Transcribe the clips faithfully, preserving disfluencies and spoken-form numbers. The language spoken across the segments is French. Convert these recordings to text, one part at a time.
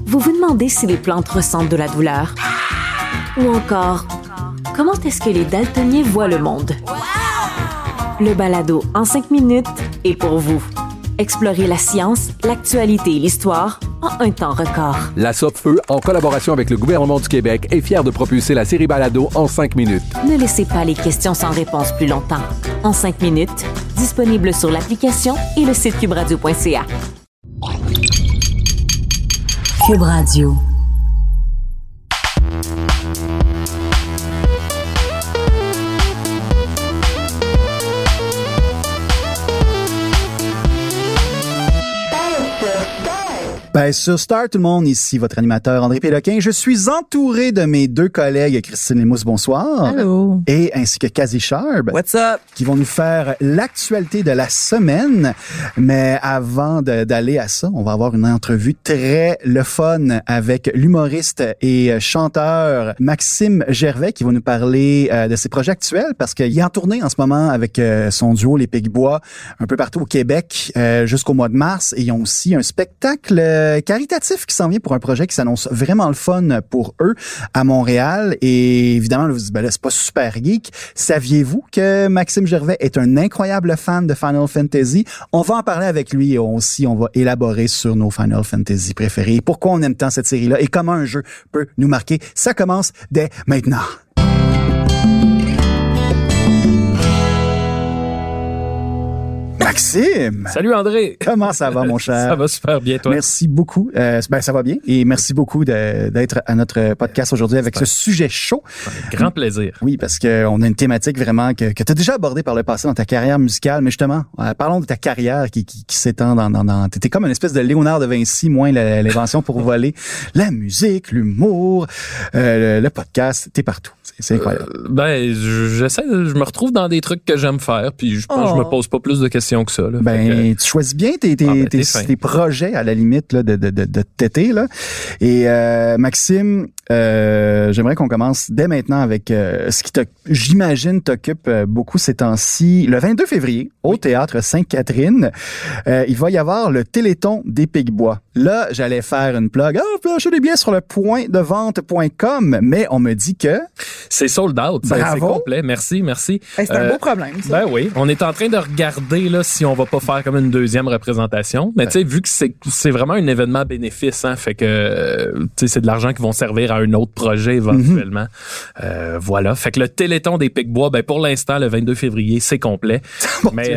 Vous vous demandez si les plantes ressentent de la douleur? Ou encore, comment est-ce que les daltoniens voient le monde? Le balado en cinq minutes est pour vous. Explorez la science, l'actualité et l'histoire en un temps record. La Sopfeu, en collaboration avec le gouvernement du Québec, est fière de propulser la série Balado en cinq minutes. Ne laissez pas les questions sans réponse plus longtemps. En cinq minutes, disponible sur l'application et le site cube radio point c a. Cube Radio. Ben, sur Star, tout le monde, ici, votre animateur André Péloquin. Je suis entouré de mes deux collègues, Christine Lemousse, bonsoir. Allô. Et ainsi que Kazi Sharp. What's up? Qui vont nous faire l'actualité de la semaine. Mais avant de, d'aller à ça, on va avoir une entrevue très le fun avec l'humoriste et chanteur Maxime Gervais qui va nous parler euh, de ses projets actuels parce qu'il est en tournée en ce moment avec euh, son duo Les Picbois un peu partout au Québec euh, jusqu'au mois de mars. Et ils ont aussi un spectacle euh, caritatif qui s'en vient pour un projet qui s'annonce vraiment le fun pour eux à Montréal. Et évidemment, vous dites, ben là, c'est pas super geek. Saviez-vous que Maxime Gervais est un incroyable fan de Final Fantasy? On va en parler avec lui et aussi on va élaborer sur nos Final Fantasy préférés. Pourquoi on aime tant cette série-là et comment un jeu peut nous marquer. Ça commence dès maintenant. Maxime! Salut André! Comment ça va, mon cher? Ça va super bien, toi? Merci beaucoup. Euh, ben, ça va bien. Et merci beaucoup de, d'être à notre podcast aujourd'hui avec ce sujet chaud. Un grand plaisir. Oui, parce qu'on a une thématique vraiment que, que tu as déjà abordée par le passé dans ta carrière musicale. Mais justement, euh, parlons de ta carrière qui, qui, qui s'étend dans... dans, dans t'étais comme une espèce de Léonard de Vinci, moins la, l'invention pour voler. La musique, l'humour, euh, le, le podcast, t'es partout. C'est, c'est incroyable. Euh, ben, j'essaie, je me retrouve dans des trucs que j'aime faire, puis je pense oh. que je me pose pas plus de questions que ça. Là. Ben, que, tu choisis bien tes, tes, ah, ben, tes, tes projets à la limite là, de, de, de, de tété. Là. Et euh, Maxime, euh, j'aimerais qu'on commence dès maintenant avec euh, ce qui, te, j'imagine, t'occupe beaucoup ces temps-ci. Le vingt-deux février, au oui. Théâtre Sainte-Catherine, euh, il va y avoir le Téléthon des Picbois. Là, j'allais faire une plug. Ah, oh, vous pouvez acheter des billets sur le point de vente point com, mais on me dit que... C'est sold out. C'est, c'est complet. Merci, merci. Hey, c'est euh, un beau problème, ça. Ben oui. On est en train de regarder là si on va pas faire comme une deuxième représentation. Mais ben. tu sais, vu que c'est, c'est vraiment un événement bénéfice, hein, fait que tu sais, c'est de l'argent qui vont servir à un autre projet éventuellement. Mm-hmm. Euh, voilà. Fait que le Téléthon des Picbois, ben pour l'instant, le vingt-deux février, c'est complet. Bon mais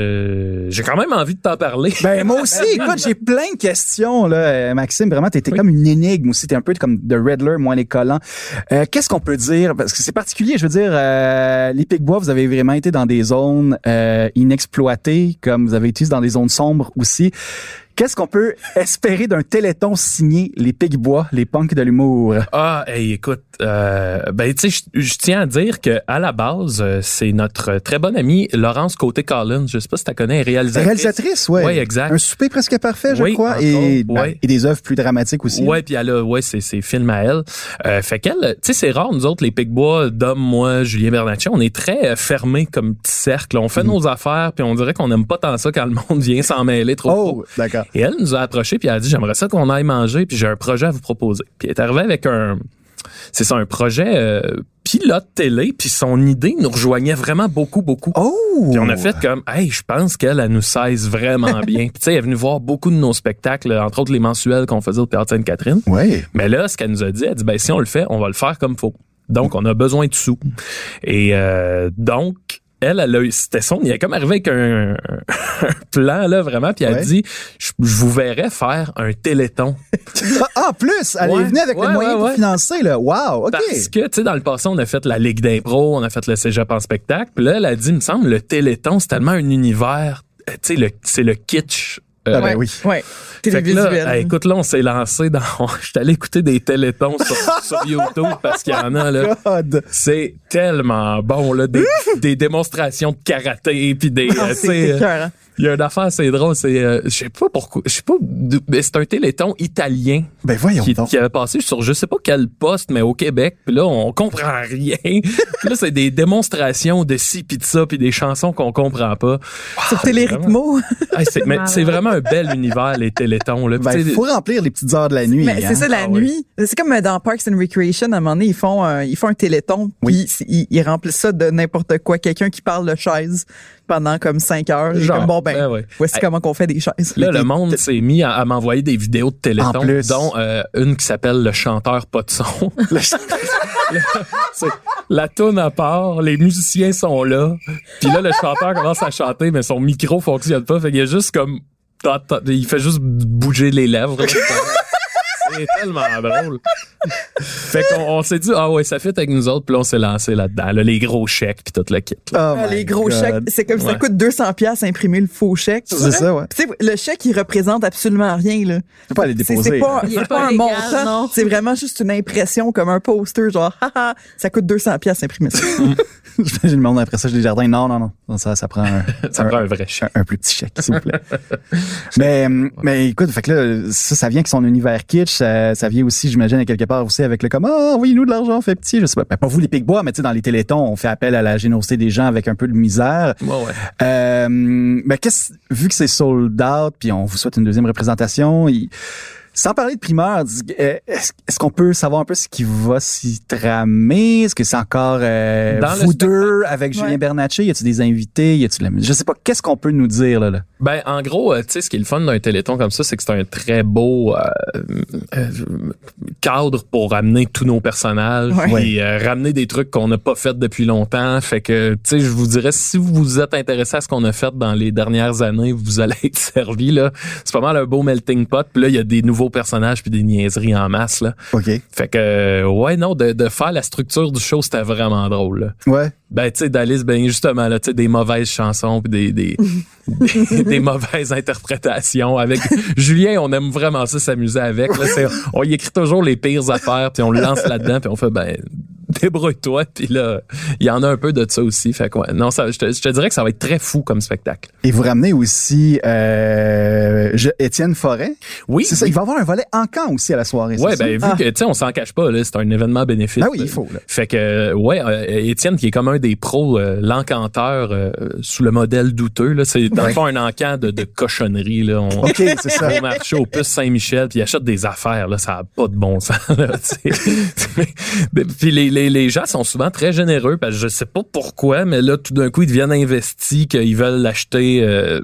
euh, j'ai quand même envie de t'en parler. Ben moi aussi. Écoute, j'ai plein de questions là, Maxime. Vraiment, t'étais oui. comme une énigme aussi. T'es un peu comme The Riddler, moi les collants. Euh, qu'est-ce qu'on peut dire? Parce que c'est particulier, je veux dire, euh, les Picbois, vous avez vraiment été dans des zones euh, inexploitées, comme vous avez été dans des zones sombres aussi. Qu'est-ce qu'on peut espérer d'un téléthon signé les Picbois, les punks de l'humour? Ah, hey, écoute, euh, ben tu sais, je tiens à dire que à la base, c'est notre très bonne amie Laurence Côté-Collins. Je sais pas si tu la connais, réalisatrice. Réalisatrice, ouais. Oui, exact. Un souper presque parfait, je oui, crois, et, ben, ouais. et des œuvres plus dramatiques aussi. Ouais, puis elle a, ouais, c'est c'est films à elle. Euh, fait qu'elle, tu sais, c'est rare nous autres les Picbois, Dom, moi, Julien Bernatchez, on est très fermés comme petit cercle. On fait mm. nos affaires, puis on dirait qu'on aime pas tant ça quand le monde vient s'en mêler trop. Oh, trop. d'accord. Et elle nous a approché puis elle a dit j'aimerais ça qu'on aille manger puis j'ai un projet à vous proposer. Puis elle est arrivée avec un c'est ça un projet euh, pilote télé puis son idée nous rejoignait vraiment beaucoup beaucoup. Oh. Puis on a fait comme hey, je pense qu'elle elle nous saisit vraiment bien. Puis tu sais elle est venue voir beaucoup de nos spectacles, entre autres les mensuels qu'on faisait au Théâtre Sainte-Catherine. Oui. Mais là ce qu'elle nous a dit, elle dit ben si on le fait, on va le faire comme faut. Donc on a besoin de sous. Et euh, donc Elle, elle a eu, c'était son, il est comme arrivé avec un, un plan, là, vraiment, puis elle ouais. a dit, je, je vous verrais faire un téléthon. Ah, en plus, elle ouais, est venue avec ouais, les moyens ouais, pour ouais. financer, là. Wow, OK. Parce que, tu sais, dans le passé, on a fait la Ligue d'impro, on a fait le cégep en spectacle, puis là, elle a dit, il me semble, le téléthon, c'est tellement un univers, tu sais, le, c'est le kitsch. Euh, ah ben oui. Ouais. Télévisuel. Là, hey, écoute, là, on s'est lancé dans... Je suis allé écouter des télétons sur, sur YouTube parce qu'il y en a, là. God. C'est tellement bon, là. Des, des démonstrations de karaté, puis des... Ah, c'est écœurant. Il y a une affaire assez drôle, c'est... Euh, je sais pas pourquoi... Je sais pas... Mais c'est un téléthon italien. Ben voyons qui, donc. Qui avait passé sur je sais pas quel poste, mais au Québec. Puis là, on comprend rien. Puis là, c'est des démonstrations de ci pis de ça, puis des chansons qu'on comprend pas. Sur Télérhythmo. Hey, c'est, mais c'est vraiment un bel univers, les télétons. Là. Ben, il faut remplir les petites heures de la nuit. Mais hein? c'est ça, la Ah, nuit. Oui. C'est comme dans Parks and Recreation, à un moment donné, ils font un, ils font un téléthon, Oui. puis ils, ils remplissent ça de n'importe quoi. Quelqu'un qui parle de chaises pendant comme cinq heures. Genre, Comme, bon, ben, ben ouais. voici Hey. comment qu'on fait des chaises. Là, le monde s'est mis à, à m'envoyer des vidéos de téléthon, En plus. dont euh, une qui s'appelle Le chanteur pas de son. Le- c'est- la toune à part, les musiciens sont là, puis là, le chanteur commence à chanter, mais son micro fonctionne pas, fait qu'il y a juste comme... Il fait juste bouger les lèvres. Là. C'est tellement drôle. Fait qu'on on s'est dit, ah ouais, ça fit avec nous autres, puis là, on s'est lancé là-dedans. Là, les gros chèques, puis tout le kit. Là. Oh Ah, my les gros God. chèques, c'est comme ça Ouais. coûte deux cents piastres imprimer le faux chèque. C'est ça, ouais. Tu sais, le chèque, il représente absolument rien, là. Tu peux pas aller C'est, déposer. c'est pas, il y a C'est pas pas un légal, montant. non. C'est vraiment juste une impression comme un poster, genre, haha, ça coûte deux cents piastres imprimer ça. J'ai demandé après ça, j'ai des jardins. Non, non, non. Non, Ça, ça prend un, Ça prend un vrai chèque. un, un plus petit chèque, s'il vous plaît. mais, mais écoute, fait que là, ça, ça vient avec son univers kitsch. Ça, ça vient aussi, j'imagine, à quelque part aussi avec le comme, ah, envoyez-nous de l'argent, fait petit. Je sais pas. Ben, pas vous, les Pic-Bois, mais tu sais, dans les télétons, on fait appel à la générosité des gens avec un peu de misère. Ouais, ouais. Euh, mais qu'est-ce, vu que c'est sold out, puis on vous souhaite une deuxième représentation, il, sans parler de primeur, euh, est-ce, est-ce qu'on peut savoir un peu ce qui va s'y tramer? Est-ce que c'est encore euh, Dans le vous deux avec Ouais. Julien Bernatchez? Y a-tu des invités? Y a-tu de la musique? Je sais pas. Qu'est-ce qu'on peut nous dire là? là? Ben, en gros, euh, tu sais, ce qui est le fun d'un téléthon comme ça, c'est que c'est un très beau euh, euh, cadre pour ramener tous nos personnages Ouais. et euh, ramener des trucs qu'on n'a pas fait depuis longtemps. Fait que, tu sais, je vous dirais, si vous vous êtes intéressé à ce qu'on a fait dans les dernières années, vous allez être servi, là. C'est pas mal un beau melting pot. Puis là, il y a des nouveaux personnages puis des niaiseries en masse, là. OK. Fait que, euh, ouais, non, de, de faire la structure du show, c'était vraiment drôle, là. Ouais. Ben, tu sais, d'Alice, ben, justement, là, tu sais, des mauvaises chansons puis des, des, des, des mauvaises interprétations. Avec Julien, on aime vraiment ça, s'amuser avec, là. C'est, on y écrit toujours les pires affaires puis on le lance là-dedans puis on fait, ben, débrouille-toi. Puis là, il y en a un peu de ça aussi. Fait que, ouais, non, ça, je te, je te dirais que ça va être très fou comme spectacle. Et vous ramenez aussi euh, je- Étienne Forêt. Oui. C'est ça. oui. Il va y avoir un volet encan aussi à la soirée. Ouais, c'est ben, ça? vu que, tu sais, on s'en cache pas, là, c'est un événement bénéfice. Ben oui, il faut, là. Fait que, ouais, euh, Étienne, qui est comme un des pros, euh, l'encanteur, euh, sous le modèle douteux, là, c'est dans le fond un encan de, de cochonnerie, là. On, OK, c'est ça. au marché au puce Saint-Michel, puis il achète des affaires, là, ça a pas de bon sens, là, tu sais. Puis les, les, les gens sont souvent très généreux, parce que je sais pas pourquoi, mais là, tout d'un coup, ils deviennent investis, qu'ils veulent acheter... Euh,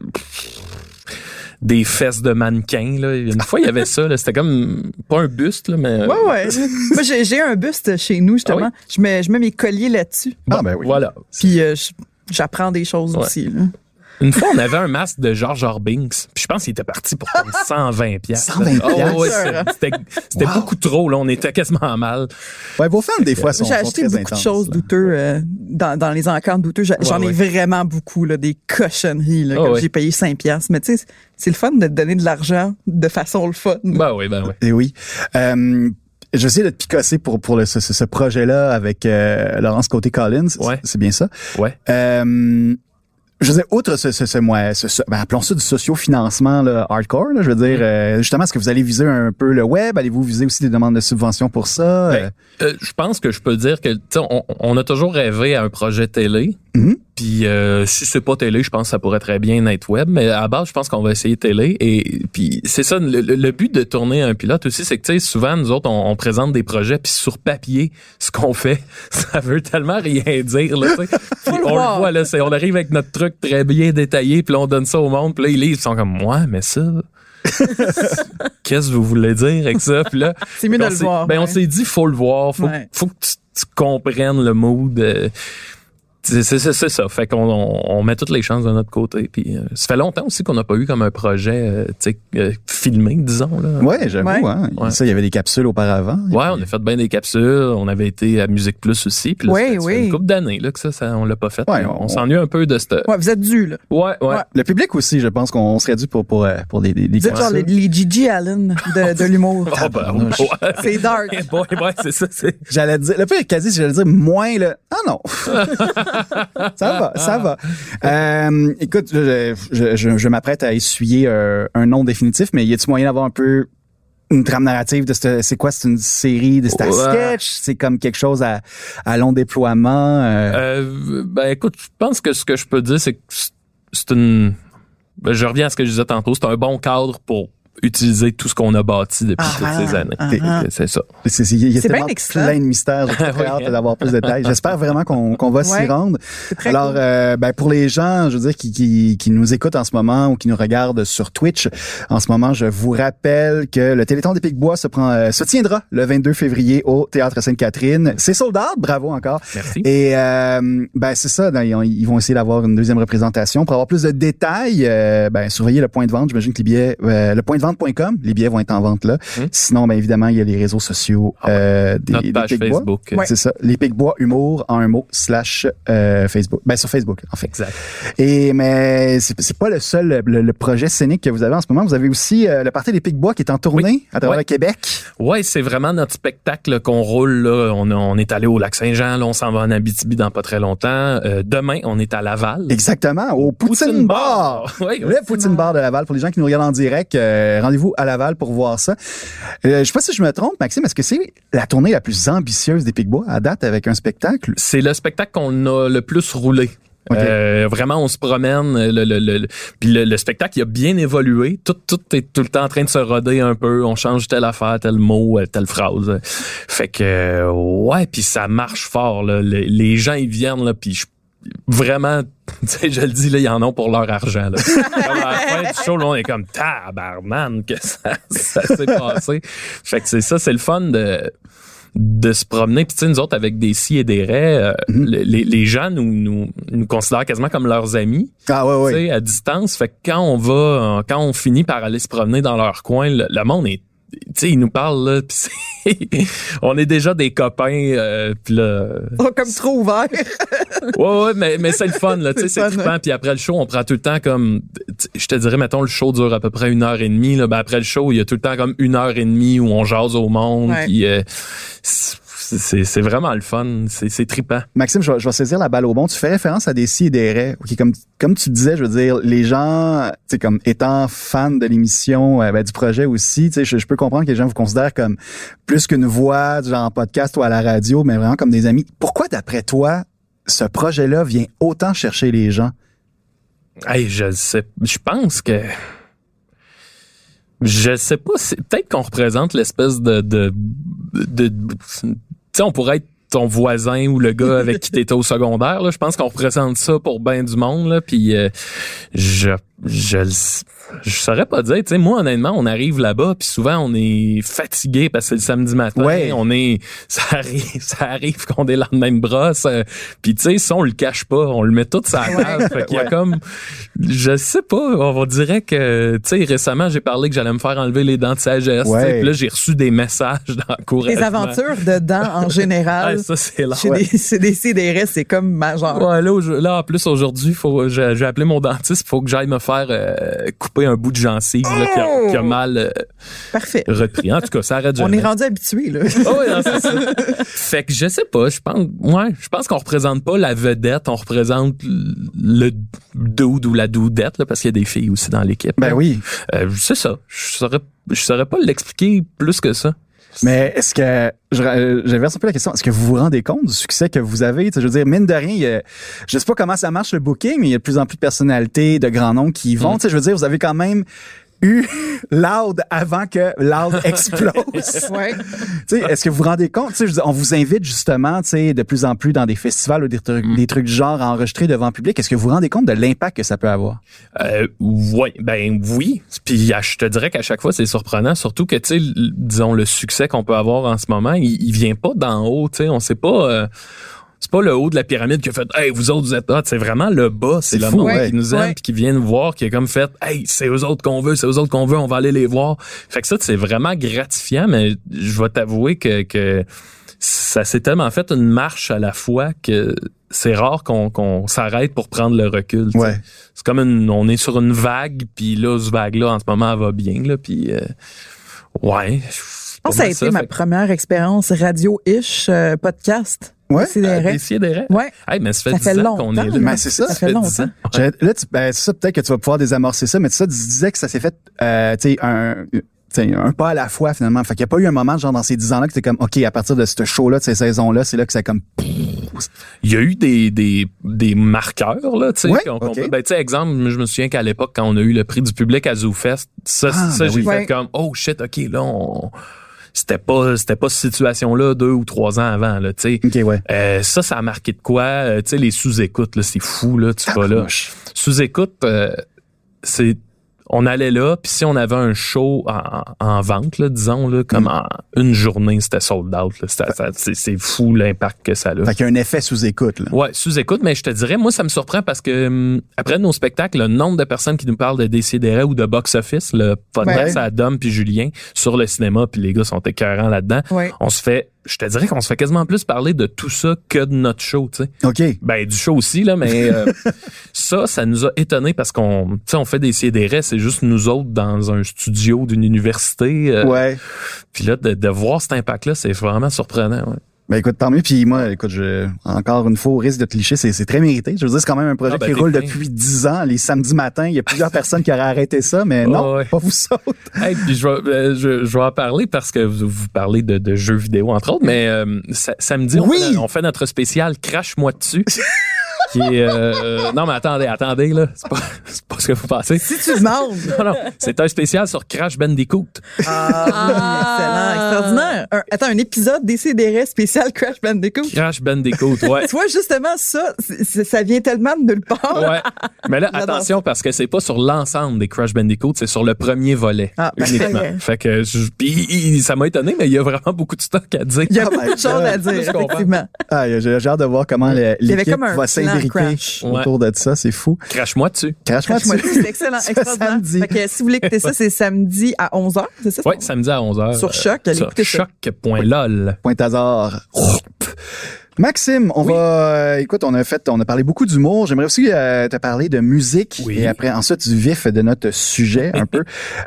des fesses de mannequins, là. Une fois, il y avait ça, là. C'était comme, pas un buste, là, mais... Ouais, ouais. Moi, j'ai, j'ai un buste chez nous, justement. Ah Je mets, je mets mes colliers là-dessus. Ah, ben oui. Voilà. Puis, euh, je- j'apprends des choses Ouais. aussi, là. Une fois, on avait un masque de George Orbinks. Puis je pense qu'il était parti pour comme cent vingt piastres. cent vingt Oh, piastres? ouais, c'était c'était, c'était Wow. beaucoup trop, là. On était quasiment mal. Ouais, vos fans, des fois, sont, J'ai sont acheté très beaucoup de intenses, choses là. douteuses euh, dans, dans les encans douteux. J'a- J'en Ouais, ai vraiment beaucoup, là, des cochonneries, là, Ah, comme ouais. j'ai payé cinq piastres. Mais tu sais, c'est le fun de te donner de l'argent de façon le fun. Ben oui, ben oui. Eh oui. Euh, je vais essayer de te picasser pour, pour le, ce, ce- ce projet-là avec euh, Laurence Côté-Collins. C'est- Ouais. C'est bien ça. Ouais. Euh, je veux dire, outre ce, ce, ce, moi, ce, ce- ben, appelons ça du socio-financement là, hardcore, là, je veux dire, euh, justement, est-ce que vous allez viser un peu le web? Allez-vous viser aussi des demandes de subventions pour ça? Ben, euh, je pense que je peux dire que, tu sais, on, on a toujours rêvé à un projet télé. Mhm. Puis euh, si c'est pas télé, je pense que ça pourrait très bien être web. Mais à la base, je pense qu'on va essayer télé. Et puis c'est ça, le, le- le but de tourner un pilote aussi, c'est que tu sais, souvent nous autres, on, on présente des projets, puis sur papier, ce qu'on fait, ça veut tellement rien dire. Là, tu sais. Puis on le voit là, c'est, on arrive avec notre truc très bien détaillé, puis là, on donne ça au monde, puis là ils lisent, ils sont comme ouais, mais ça. Qu'est-ce que vous voulez dire avec ça? Puis là, C'est mieux de on le s'est- voir. Ben, on ouais. s'est dit, faut le voir. Faut, Ouais. faut que tu, tu comprennes le mood. euh, c'est, c'est, c'est, c'est ça. Fait qu'on on, on met toutes les chances de notre côté. Puis, euh, ça fait longtemps aussi qu'on n'a pas eu comme un projet euh, tu sais, euh, filmé, disons. Là. Ouais, j'avoue. Ouais. Hein. Ouais. Ça, il y avait des capsules auparavant. Ouais, on a fait bien des capsules. On avait été à Musique Plus aussi. Puis là, Oui, ça fait- ça fait oui. une couple d'années là, que ça, ça, on l'a pas fait. Ouais, on on- s'ennuie un peu de cette... Ouais, vous êtes dû, là. Ouais, ouais. Ouais. Le public aussi, je pense qu'on serait dû pour, pour, euh, pour des, des, des Vous êtes genre les, les Gigi Allen de, de l'humour. Oh, ben, Tabarnouche. ouais. C'est dark. Ouais, ouais, c'est ça. C'est... J'allais dire, le pire quasi, j'allais dire moins le. Ah non, ça va, ça va. Euh, écoute, je, je, je, je m'apprête à essuyer euh, un nom définitif, mais y a-t-il moyen d'avoir un peu une trame narrative de ce, c'est quoi, c'est une série, de c'est un Ouais. sketch, c'est comme quelque chose à, à long déploiement. Euh, Euh, ben écoute, je pense que ce que je peux dire, c'est que c'est- c'est une Ben, je reviens à ce que je disais tantôt. C'est un bon cadre pour utiliser tout ce qu'on a bâti depuis Ah, toutes ces années. ah, ah. C'est ça. C'est, c'est, il y a C'est tellement bien excitant. plein de mystères. J'ai très hâte d'avoir plus de détails. J'espère vraiment qu'on, qu'on va s'y Ouais. rendre. C'est très Alors, cool. euh, ben, pour les gens, je veux dire, qui, qui, qui nous écoutent en ce moment ou qui nous regardent sur Twitch, en ce moment, je vous rappelle que le Téléthon des Pic-Bois se prend, euh, se tiendra le vingt-deux février au Théâtre Sainte-Catherine. C'est sold out. Bravo encore. Merci. Et euh, ben c'est ça, ils, ont- ils vont essayer d'avoir une deuxième représentation. Pour avoir plus de détails, euh, ben surveillez le point de vente. J'imagine que les billets, euh, le point de vente point com, les billets vont être en vente là. Hum. Sinon, ben évidemment, il y a les réseaux sociaux Ah ouais. euh, des, Notre des page Pic-Bois. Facebook. Ouais. C'est ça, les Pic-Bois humour en un mot slash euh, Facebook. Ben sur Facebook en fait. Exact. Et mais c'est, c'est pas le seul le, le projet scénique que vous avez en ce moment. Vous avez aussi euh, le Parti des Pic-Bois qui est en tournée Oui. à travers Ouais. le Québec. Ouais, c'est vraiment notre spectacle là, qu'on roule là. On, a- on est allé au Lac-Saint-Jean, là, on s'en va en Abitibi dans pas très longtemps. Euh, demain, on est à Laval. Exactement, au Poutine, Poutine Bar. Bar. Oui, Le Poutine Bar de Laval. Pour les gens qui nous regardent en direct, euh, rendez-vous à Laval pour voir ça. Euh, je sais pas si je me trompe, Maxime, est-ce que c'est la tournée la plus ambitieuse des Pic-Bois à date avec un spectacle? C'est le spectacle qu'on a le plus roulé. Ok. Euh, vraiment, on se promène. Le, le, le, le- puis le, le spectacle, il a bien évolué. Tout, tout est tout le temps en train de se roder un peu. On change telle affaire, tel mot, euh, telle phrase. Fait que, euh, ouais, puis ça marche fort. Là. Les, les gens, ils viennent, là, puis je vraiment, tu sais, je le dis, là, ils en ont pour leur argent, là. Comme à la fin du show, là, on est comme, tabarman, que ça, ça s'est passé. Fait que c'est ça, c'est le fun de, de se promener. Puis tu sais, nous autres, avec des si et des raies, euh, Mm-hmm. les, les gens nous, nous, nous considèrent quasiment comme leurs amis, Ah ouais, tu ouais. sais, à distance. Fait que quand on va, euh, quand on finit par aller se promener dans leur coin, le, le monde est, tu sais, ils nous parlent, là, pis c'est, on est déjà des copains, euh, pis là, Oh, comme trop ouvert. ouais, ouais, mais, mais c'est le fun, là, tu sais, C'est c'est le fun, trippant. Puis après le show, on prend tout le temps comme, tu- je te dirais, mettons, le show dure à peu près une heure et demie, là, ben après le show, il y a tout le temps comme une heure et demie où on jase au monde, Ouais. puis euh, c'est, c'est, c'est vraiment le fun, c'est, c'est trippant. Maxime, je vais, je vais saisir la balle au bon. Tu fais référence à des si et des raies. Ok, comme, comme tu disais, je veux dire, les gens, tu sais, comme étant fans de l'émission, euh, ben, du projet aussi, tu sais, je, je peux comprendre que les gens vous considèrent comme plus qu'une voix, genre en podcast ou à la radio, mais vraiment comme des amis. Pourquoi, d'après toi, ce projet-là vient autant chercher les gens? Hey, je sais, je pense que, je sais pas, c'est peut-être qu'on représente l'espèce de, de, de, de tu sais, on pourrait être ton voisin ou le gars avec qui t'étais au secondaire, là. Je pense qu'on représente ça pour ben du monde, là. Puis euh, je, je, le- je saurais pas dire. Tu sais, moi, honnêtement, on arrive là-bas, puis souvent on est fatigué parce que c'est le samedi matin. Ouais. On est, ça arrive, ça arrive qu'on est lendemain de brosse. euh, puis tu sais, ça on le cache pas, on le met tout sur la table. Fait qu'il y a Ouais. comme, je sais pas, on dirait que, tu sais, récemment j'ai parlé que j'allais me faire enlever les dents de sagesse. Ouais. tu sais, Puis là j'ai reçu des messages d'encouragement. Les aventures de dents en général. Ah, ça c'est là. Chez des C D C D R S, c'est comme majeur. Ouais, là, au- là, en plus, aujourd'hui, faut, j'ai, j'ai appelé mon dentiste, faut que j'aille me faire euh, couper un bout de gencive là, qui, a, qui a mal euh, Parfait. repris. En tout cas, ça arrête On jamais. est rendu habitué, là. Ah ouais, non, c'est ça. Fait que je sais pas, je pense, ouais, je pense qu'on représente pas la vedette, on représente le dude ou la dudette, là, parce qu'il y a des filles aussi dans l'équipe. Ben là. oui. Euh, c'est ça. Je saurais, je saurais pas l'expliquer plus que ça. Mais est-ce que, je- euh, j'inverse un peu la question, est-ce que vous vous rendez compte du succès que vous avez? Tu sais, je veux dire, mine de rien, il y a- je sais pas comment ça marche le booking, mais il y a de plus en plus de personnalités, de grands noms qui y vont. Mm. Tu sais, je veux dire, vous avez quand même eu Loud avant que Loud explose. Ouais. Tu sais, est-ce que vous vous rendez compte? Tu sais, je veux dire, on vous invite justement, tu sais, de plus en plus dans des festivals ou des trucs, Mm. des trucs du genre à enregistrer devant public. Est-ce que vous vous rendez compte de l'impact que ça peut avoir? Euh, ouais, ben oui. Puis à- je te dirais qu'à chaque fois c'est surprenant, surtout que tu sais, l- disons le succès qu'on peut avoir en ce moment, il, il vient pas d'en haut. Tu sais, on sait pas. Euh, c'est pas le haut de la pyramide qui a fait hey vous autres vous êtes hot, c'est vraiment le bas, c'est, C'est le fou, monde ouais. qui nous aime Ouais. puis qui vient nous voir, qui a comme fait hey c'est eux autres qu'on veut, c'est eux autres qu'on veut, on va aller les voir. Fait que ça c'est vraiment gratifiant, mais je vais t'avouer que que ça s'est tellement fait une marche à la fois que c'est rare qu'on, qu'on s'arrête pour prendre le recul. tu sais. Ouais. C'est comme une, on est sur une vague, puis là, cette vague-là, en ce moment, elle va bien, là, puis euh, ouais. Je pense que ça a été ma première expérience radio-ish, euh, podcast. Ouais. C D R S. Essayer des rêves. Ouais. Hey, mais ça fait Ça dix fait ans qu'on est longtemps, là. Mais c'est ça, ça fait dix longtemps. ans. J'ai- Là, tu, ben, c'est ça, peut-être que tu vas pouvoir désamorcer ça, mais ça, tu disais que ça s'est fait, euh, tu sais, un, tu sais, un pas à la fois, finalement. Fait qu'il n'y a pas eu un moment, genre, dans ces dix ans-là, que t'es comme, OK, à partir de ce show-là, de ces saisons-là, c'est là que ça a comme, Il y a eu des, des, des marqueurs, là, tu sais. Ouais, qu'on- qu'on ok. peut- ben, tu sais, exemple, je me souviens qu'à l'époque, quand on a eu le prix du public à ZooFest, ça, Ah, ça ben j'ai oui. fait Ouais. comme, oh shit, OK, là, on... C'était pas, c'était pas cette situation-là deux ou trois ans avant, là, tu sais. OK, ouais. Euh, ça, ça a marqué de quoi? Euh, tu sais, les sous-écoutes, là, c'est fou, là, tu vas là. Tabarnouche. Sous-écoute, euh, c'est... On allait là, puis si on avait un show en, en vente, là, disons, là, comme en une journée, c'était sold out. Là. C'était- ça- c'est, c'est fou l'impact que ça a. Fait qu'il y a un effet sous-écoute, là. Ouais, sous-écoute, mais je te dirais, moi, ça me surprend parce que hum, après nos spectacles, le nombre de personnes qui nous parlent de Décideret ou de box-office, le podcast Ouais. à Dom puis Julien sur le cinéma, puis les gars sont écœurants là-dedans, Ouais. on se fait, je te dirais qu'on se fait quasiment plus parler de tout ça que de notre show, tu sais. OK. Ben du show aussi là, mais euh, ça, ça nous a étonnés parce qu'on, tu sais, on fait des C D R, c'est juste nous autres dans un studio d'une université. euh, Ouais. Puis là, de, de voir cet impact-là, c'est vraiment surprenant. Ouais. Ben écoute, tant mieux. Puis moi, écoute, je, encore une fois, au risque de te licher, c'est, c'est très mérité. Je veux dire, c'est quand même un projet Ah, ben, qui t'es roule fin. depuis dix ans. Les samedis matins, il y a plusieurs personnes qui auraient arrêté ça, mais non, Oh, ouais. pas vous autres. Hey, puis je vais, euh, je, je vais en parler parce que vous, vous parlez de, de jeux vidéo entre autres, mais euh, sa- samedi on, Oui! fait, on fait notre spécial Crash-moi dessus. Qui est, euh, non mais attendez, attendez là, c'est pas, c'est pas ce que vous pensez. Si tu demandes. Non, non, c'est un spécial sur Crash Bandicoot. Ah, excellent, extraordinaire. Un- attends, un épisode Décideret spécial Crash Bandicoot. Crash Bandicoot, ouais. Tu vois, justement, ça, c'est- c'est- ça vient tellement de nulle part. Ouais. Mais là, J'adore attention, parce que c'est pas sur l'ensemble des Crash Bandicoot, c'est sur le premier volet. Ah, ben, uniquement. ok. Fait que, je- pis, il- ça m'a étonné, mais il y a vraiment beaucoup de stock à dire. Il y a Oh beaucoup my de choses à God. dire, Je comprends. effectivement. Ah, j'ai, j'ai hâte de voir comment le- Il y avait l'équipe comme un va plan s'imbriquer Crash. autour de ça. C'est fou. Crache-moi dessus. Crache-moi Crash-moi dessus. dessus, c'est excellent, Ce extraordinaire. samedi. Fait que si vous voulez écouter ça, c'est samedi à onze heures, c'est ça? Ouais, samedi à onze heures. Sur Choc, allez sur écouter ça. choc.lol. Point hasard. Maxime, on Oui. va, euh, écoute, on a fait, on a parlé beaucoup d'humour. J'aimerais aussi euh, te parler de musique Oui. et après ensuite du vif de notre sujet un peu.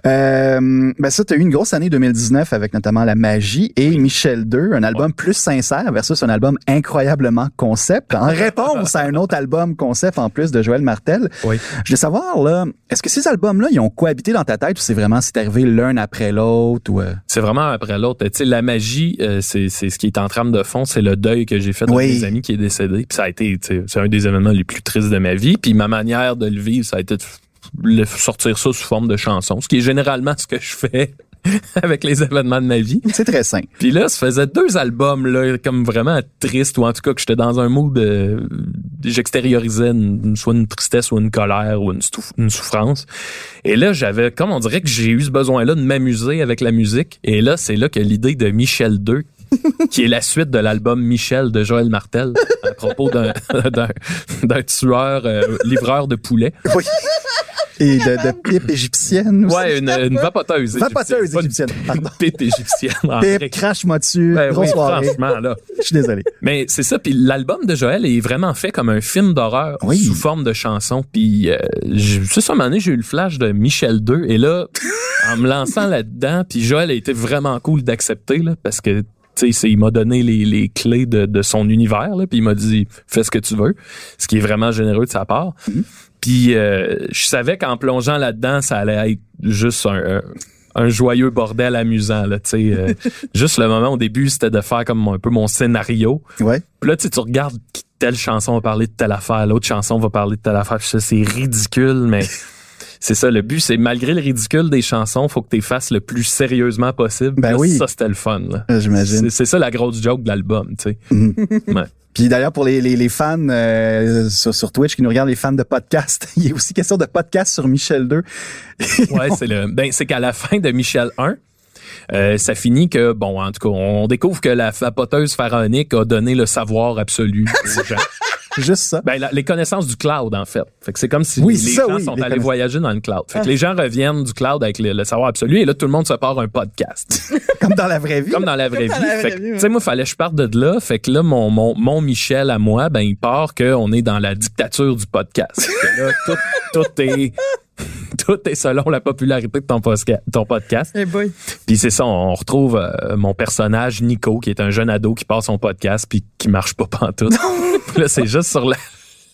Euh, ben ça, t'as eu une grosse année deux mille dix-neuf avec notamment La Magie et Michel deux, un album plus sincère versus un album incroyablement concept. En réponse à un autre album concept en plus de Joël Martel. Oui. Je voulais savoir là, est-ce que ces albums-là, ils ont cohabité dans ta tête ou c'est vraiment c'est arrivé l'un après l'autre ou euh... C'est vraiment après l'autre. Tu sais, la magie, euh, c'est, c'est ce qui est en trame de fond, c'est le deuil que j'ai fait de Oui. mes amis qui est décédé. Puis ça a été, tu sais, c'est un des événements les plus tristes de ma vie. Puis ma manière de le vivre, ça a été de le sortir ça sous forme de chanson, ce qui est généralement ce que je fais avec les événements de ma vie. c'est très simple. Puis là, ça faisait deux albums là, comme vraiment tristes, ou en tout cas que j'étais dans un mood de, j'extériorisais une- soit une tristesse ou une colère ou une, souf- une souffrance. Et là, j'avais, comme on dirait que j'ai eu ce besoin-là de m'amuser avec la musique. Et là, c'est là que l'idée de Michel deux, qui est la suite de l'album Michel de Joël Martel, à propos d'un, d'un, d'un tueur euh, livreur de poulet. Oui. Et de, de pipe égyptienne aussi. Ouais, une, une vapoteuse. Vapoteuse Pas une- égyptienne, pardon. Une pipe égyptienne. en Pipe, vrai. crache-moi dessus, Ben grosse oui, soirée. franchement, là. Je suis désolé. Mais c'est ça, puis l'album de Joël est vraiment fait comme un film d'horreur Oui. sous forme de chanson. Puis euh, je- c'est ça, à un moment donné, j'ai eu le flash de Michel deux, et là, en me lançant là-dedans, puis Joël a été vraiment cool d'accepter, là, parce que tu sais, c'est- il m'a donné les, les clés de, de son univers, là, puis il m'a dit « fais ce que tu veux », ce qui est vraiment généreux de sa part. Mm-hmm. Puis euh, je savais qu'en plongeant là-dedans, ça allait être juste un... un un joyeux bordel amusant, là, tu sais. euh, juste le moment au début, c'était de faire comme un peu mon scénario. Ouais. Puis là, tu sais, tu regardes qui- telle chanson va parler de telle affaire, l'autre chanson va parler de telle affaire. Puis ça, c'est ridicule, mais c'est ça, le but, c'est malgré le ridicule des chansons, faut que tu les fasses le plus sérieusement possible. Ben Là, oui. Ça, c'était le fun, là. Euh, J'imagine. C'est, c'est ça la grosse joke de l'album, tu sais. Ouais. Puis d'ailleurs, pour les, les, les fans euh, sur, sur Twitch qui nous regardent, les fans de podcast, il y a aussi question de podcast sur Michel deux. Ouais, c'est le, ben, c'est qu'à la fin de Michel un, euh, ça finit que, bon, en tout cas, on découvre que la vapoteuse pharaonique a donné le savoir absolu aux gens. Juste ça. Ben, la- les connaissances du cloud, en fait. Fait que c'est comme si Oui, les ça, gens oui, sont les allés connaissances. voyager dans le cloud. Fait que les gens reviennent du cloud avec le, le savoir absolu, et là, tout le monde se part un podcast. Comme dans la vraie vie. Comme dans la vraie vie. Comme dans la Fait vraie que, vie, ouais. tu sais, moi, fallait que je parte de là. Fait que là, mon, mon, mon Michel à moi, ben, il part qu'on est dans la dictature du podcast. Fait que là, tout, tout est, tout est selon la popularité de ton, posca- ton podcast. Eh boy. Puis c'est ça, on retrouve euh, mon personnage, Nico, qui est un jeune ado qui part son podcast puis qui marche pas pantoute. Puis là, c'est juste sur la,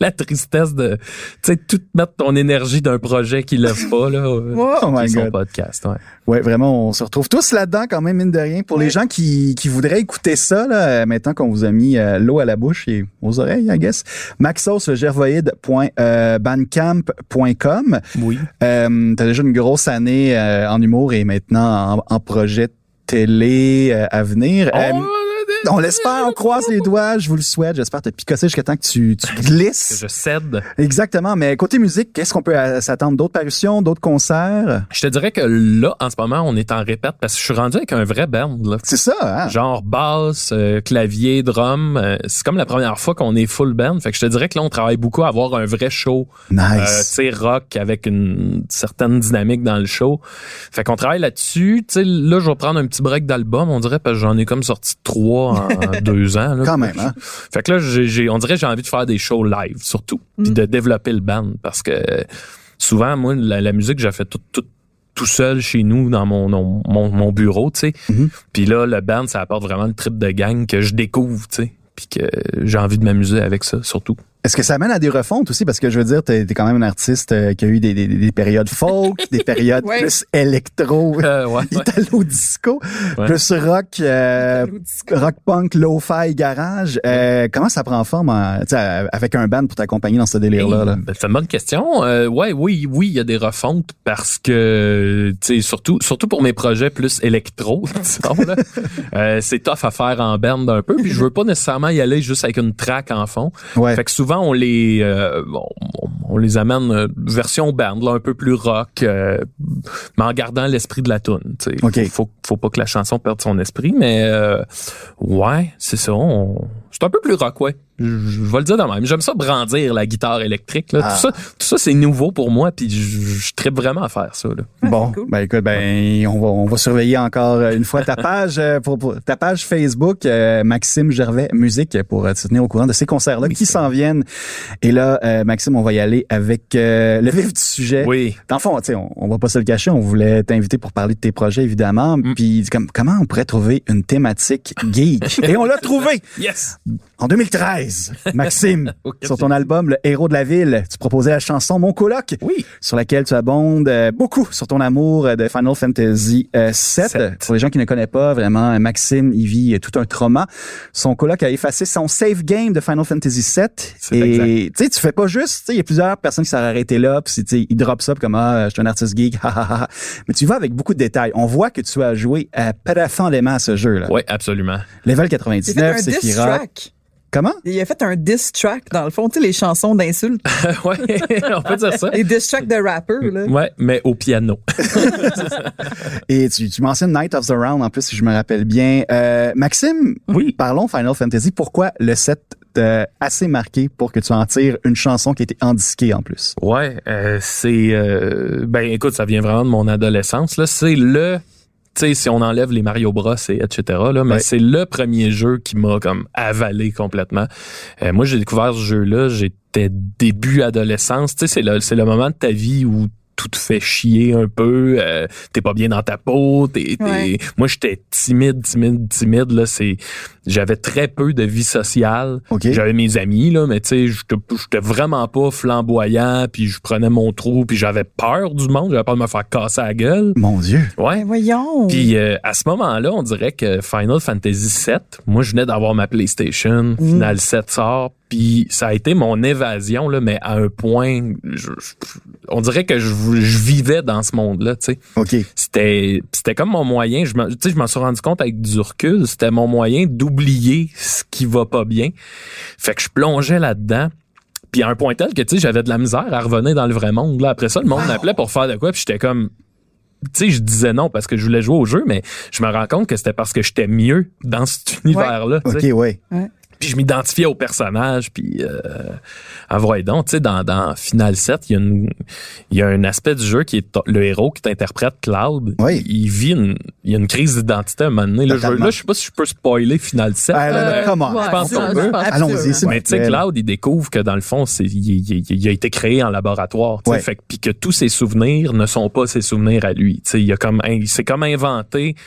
la tristesse de, tu sais, tout mettre ton énergie d'un projet qui lève pas, là. Oh my son God. podcast, ouais. Ouais, vraiment, on se retrouve tous là-dedans quand même, mine de rien. Pour ouais. les gens qui, qui voudraient écouter ça, là, maintenant qu'on vous a mis euh, l'eau à la bouche et aux oreilles, I guess, maxos gervoïde point bandcamp point com. Oui. Euh, t'as déjà une grosse année euh, en humour et maintenant en, en projet télé euh, à venir. Oh, Euh, on l'espère, on croise les doigts, je vous le souhaite. J'espère te picosser jusqu'à temps que tu, tu glisses. Que je cède. Exactement, mais côté musique, qu'est-ce qu'on peut euh, s'attendre? D'autres parutions, d'autres concerts? Je te dirais que là, en ce moment, on est en répète parce que je suis rendu avec un vrai band, là. C'est ça, hein? Genre basse, euh, clavier, drum. Euh, c'est comme la première fois qu'on est full band. Fait que je te dirais que là, on travaille beaucoup à avoir un vrai show. Euh, Nice. tu sais, rock avec une certaine dynamique dans le show. Fait qu'on travaille là-dessus. Tu sais, là, je vais prendre un petit break d'album, on dirait, parce que j'en ai comme sorti trois en deux ans. Là. Quand même, hein? Fait que là, j'ai, j'ai, on dirait que j'ai envie de faire des shows live, surtout. Puis Mm. de développer le band. Parce que souvent, moi, la, la musique, j'ai fait tout, tout, tout seul chez nous, dans mon, mon, mon, mon bureau, tu sais. Mhm. Puis là, le band, ça apporte vraiment le trip de gang que je découvre, tu sais. Puis que j'ai envie de m'amuser avec ça, surtout. Est-ce que ça amène à des refontes aussi? Parce que je veux dire, t'es, t'es quand même un artiste euh, qui a eu des, des, des périodes folk, des périodes Ouais. plus électro, Euh, ouais, ouais. italo-disco, Ouais. plus rock, euh, rock punk, lo-fi, garage. Euh, comment ça prend forme en, tu sais, avec un band pour t'accompagner dans ce délire-là? Là? Ben, c'est une bonne question. Euh, ouais, oui, oui, il y a des refontes parce que, tu sais, surtout, surtout pour mes projets plus électro, disons, là, euh, c'est tough à faire en band un peu. Puis je veux pas nécessairement y aller juste avec une track en fond. Ouais. Fait que souvent on les, euh, on, on les amène euh, version band, là, un peu plus rock, euh, mais en gardant l'esprit de la tune. Tu sais, OK. faut, faut, faut pas que la chanson perde son esprit, mais euh, ouais, c'est ça. On, c'est un peu plus rock, ouais. Je, je vais le dire de même. J'aime ça brandir la guitare électrique. Là. Ah. Tout ça, tout ça c'est nouveau pour moi, puis je, je trippe vraiment à faire ça. Là. Bon, c'est cool. ben écoute, ben on va on va surveiller encore une fois ta page euh, pour, pour ta page Facebook euh, Maxime Gervais Musique pour euh, te tenir au courant de ces concerts là Oui, qui c'est s'en viennent. Et là, euh, Maxime, on va y aller avec euh, le vif du sujet. Oui. Dans le fond, tu sais, on, on va pas se le cacher, on voulait t'inviter pour parler de tes projets évidemment, Mm. puis comme comment on pourrait trouver une thématique geek. Et on l'a trouvé Yes. en deux mille treize. Maxime, Ok, sur c'est- ton album Le Héros de la ville, tu proposais la chanson Mon coloc. Oui. Sur laquelle tu abondes euh, beaucoup sur ton amour euh, de Final Fantasy euh, sept. Sept. Pour les gens qui ne connaissent pas, vraiment, Maxime, il vit euh, tout un trauma. Son coloc a effacé son save game de Final Fantasy sept. C'est Et tu sais, tu fais pas juste, tu sais, il y a plusieurs personnes qui s'arrêtent arrêté là, puis tu sais, ils drop ça comme ah, je suis un artiste geek, ha, ha, ha. Mais tu vas avec beaucoup de détails. On voit que tu as joué euh, profondément à ce jeu-là. Oui, absolument. Level Il a fait quatre-vingt-dix-neuf, un diss Sephiroth. track. Comment? Il a fait un diss track, dans le fond. Tu sais, les chansons d'insultes. ouais, on peut dire ça. Les diss tracks de rappers, là. Ouais, mais au piano. Et tu, tu mentionnes Night of the Round, en plus, si je me rappelle bien. Euh, Maxime, Oui. parlons Final Fantasy. Pourquoi le sept t'a assez marqué pour que tu en tires une chanson qui a été endisquée en plus? Ouais, euh, c'est... Euh, ben écoute, ça vient vraiment de mon adolescence. Là, c'est le... Tu sais, si on enlève les Mario Bros et et cetera, là, mais Ouais. c'est le premier jeu qui m'a comme avalé complètement. Euh, moi, j'ai découvert ce jeu-là, j'étais début adolescence. Tu sais, c'est le, c'est le moment de ta vie où tout te fait chier un peu, euh, t'es pas bien dans ta peau, t'es, t'es... Ouais. Moi, j'étais timide, timide, timide, là, c'est... J'avais très peu de vie sociale. OK. J'avais mes amis, là, mais tu sais, j'étais, j'étais vraiment pas flamboyant, puis je prenais mon trou, puis j'avais peur du monde, j'avais peur de me faire casser la gueule. Mon Dieu. Ouais. Ben voyons. Puis euh, à ce moment-là, on dirait que Final Fantasy sept, moi je venais d'avoir ma PlayStation, Final sept sort, puis ça a été mon évasion là, mais à un point, je- je- on dirait que je, je vivais dans ce monde-là, tu sais. OK. C'était c'était comme mon moyen, je m'en- tu sais, je m'en suis rendu compte avec du recul, c'était mon moyen d'oublier ce qui va pas bien. Fait que je plongeais là-dedans. Puis à un point tel que tu sais, j'avais de la misère à revenir dans le vrai monde là. Après ça, le monde m'appelait pour faire de quoi, puis j'étais comme tu sais, je disais non parce que je voulais jouer au jeu, mais je me rends compte que c'était parce que j'étais mieux dans cet univers-là. tu sais. OK, ouais. Puis je m'identifiais au personnage, puis euh, ah, voyons donc, tu sais, dans, dans Final sept, il y a une, il y a un aspect du jeu qui est t- le héros qui t'interprète, Cloud. Oui. Il vit une, il y a une crise d'identité à un moment donné. Là, je, Totalement. là, je sais pas si je peux spoiler Final sept. Ah, là, là, Euh, come on. ouais, je pense ça, qu'on je peut. pense Allons-y, absolument. c'est Mais tu sais, Ouais. Cloud, il découvre que dans le fond, c'est, il, il- il a été créé en laboratoire. tu sais. Ouais. Fait que- puis que tous ses souvenirs ne sont pas ses souvenirs à lui. Tu sais, il a comme, il s'est comme inventé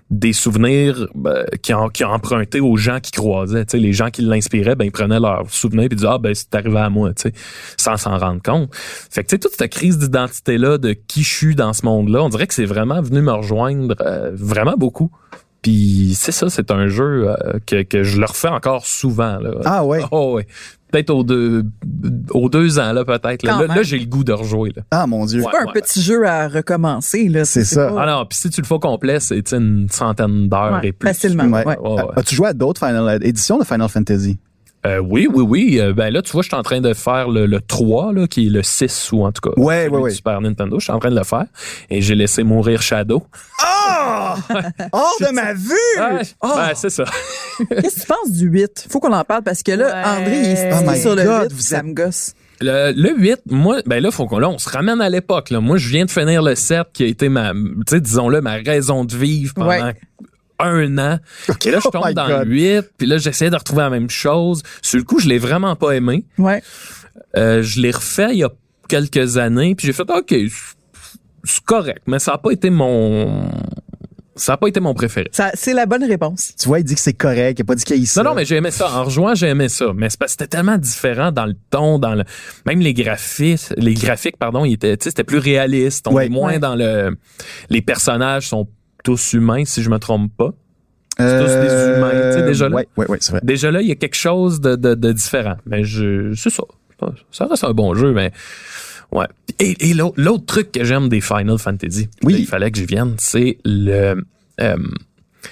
des souvenirs ben, qui ont qui ont emprunté aux gens qui croisaient, tu sais, les gens qui l'inspiraient, ben ils prenaient leurs souvenirs puis disaient ah ben c'est arrivé à moi, tu sais, sans s'en rendre compte. Fait que tu sais toute cette crise d'identité là, de qui je suis dans ce monde-là, on dirait que c'est vraiment venu me rejoindre euh, vraiment beaucoup. Puis c'est ça, c'est un jeu euh, que que je le refais encore souvent là. Ah ouais. Oh ouais. Peut-être aux deux, aux deux ans, là, peut-être. Là, là, là, j'ai le goût de rejouer. Là. Ah, mon Dieu. C'est pas un ouais. petit jeu à recommencer. Là. C'est, c'est ça. Pas... Ah non, puis si tu le fais au complet, c'est une centaine d'heures ouais, et plus. Facilement. Ouais. Ouais. Ouais, ouais. As-tu joué à d'autres Final éditions de Final Fantasy? Euh, oui, oui, oui. Euh, ben là, tu vois, je suis en train de faire le, le trois, là, qui est le six, ou en tout cas, ouais, celui ouais, ouais. du Super Nintendo. Je suis en train de le faire. Et j'ai laissé mourir Shadow. Oh! Hors de ma vue! Ouais, Oh! ben, c'est ça. Qu'est-ce que tu penses du huit? Faut qu'on en parle parce que là, Ouais. André, il est Oh stické my sur le God, huit, vous ça êtes- me gosse. Le, le huit, moi, ben là, faut qu'on, là, on se ramène à l'époque, là. Moi, je viens de finir le sept, qui a été ma, tu sais, disons-le, ma raison de vivre pendant Ouais. un an. Okay. Et là, je Oh tombe my dans God. le huit, puis là, j'essayais de retrouver la même chose. Sur le coup, je l'ai vraiment pas aimé. Ouais. Euh, je l'ai refait il y a quelques années, puis j'ai fait, OK, c'est correct, mais ça a pas été mon... Ça a pas été mon préféré. Ça, c'est la bonne réponse. Tu vois, il dit que c'est correct, il a pas dit qu'il y a ça. Non, non, mais j'ai aimé ça. En rejoint, j'ai aimé ça. Mais c'est parce que c'était tellement différent dans le ton, dans le, même les graphiques, les graphiques, pardon, ils étaient, tu sais, c'était plus réaliste. On Ouais. est moins Ouais. dans le, les personnages sont tous humains, si je me trompe pas. Euh, tous des humains, tu sais, déjà là. Ouais, ouais, ouais, c'est vrai. Déjà là, il y a quelque chose de, de, de différent. Mais je, c'est ça. Ça reste un bon jeu, mais, ouais. Et, et l'autre, l'autre truc que j'aime des Final Fantasy, Oui. là, il fallait que je vienne, c'est le, euh, tu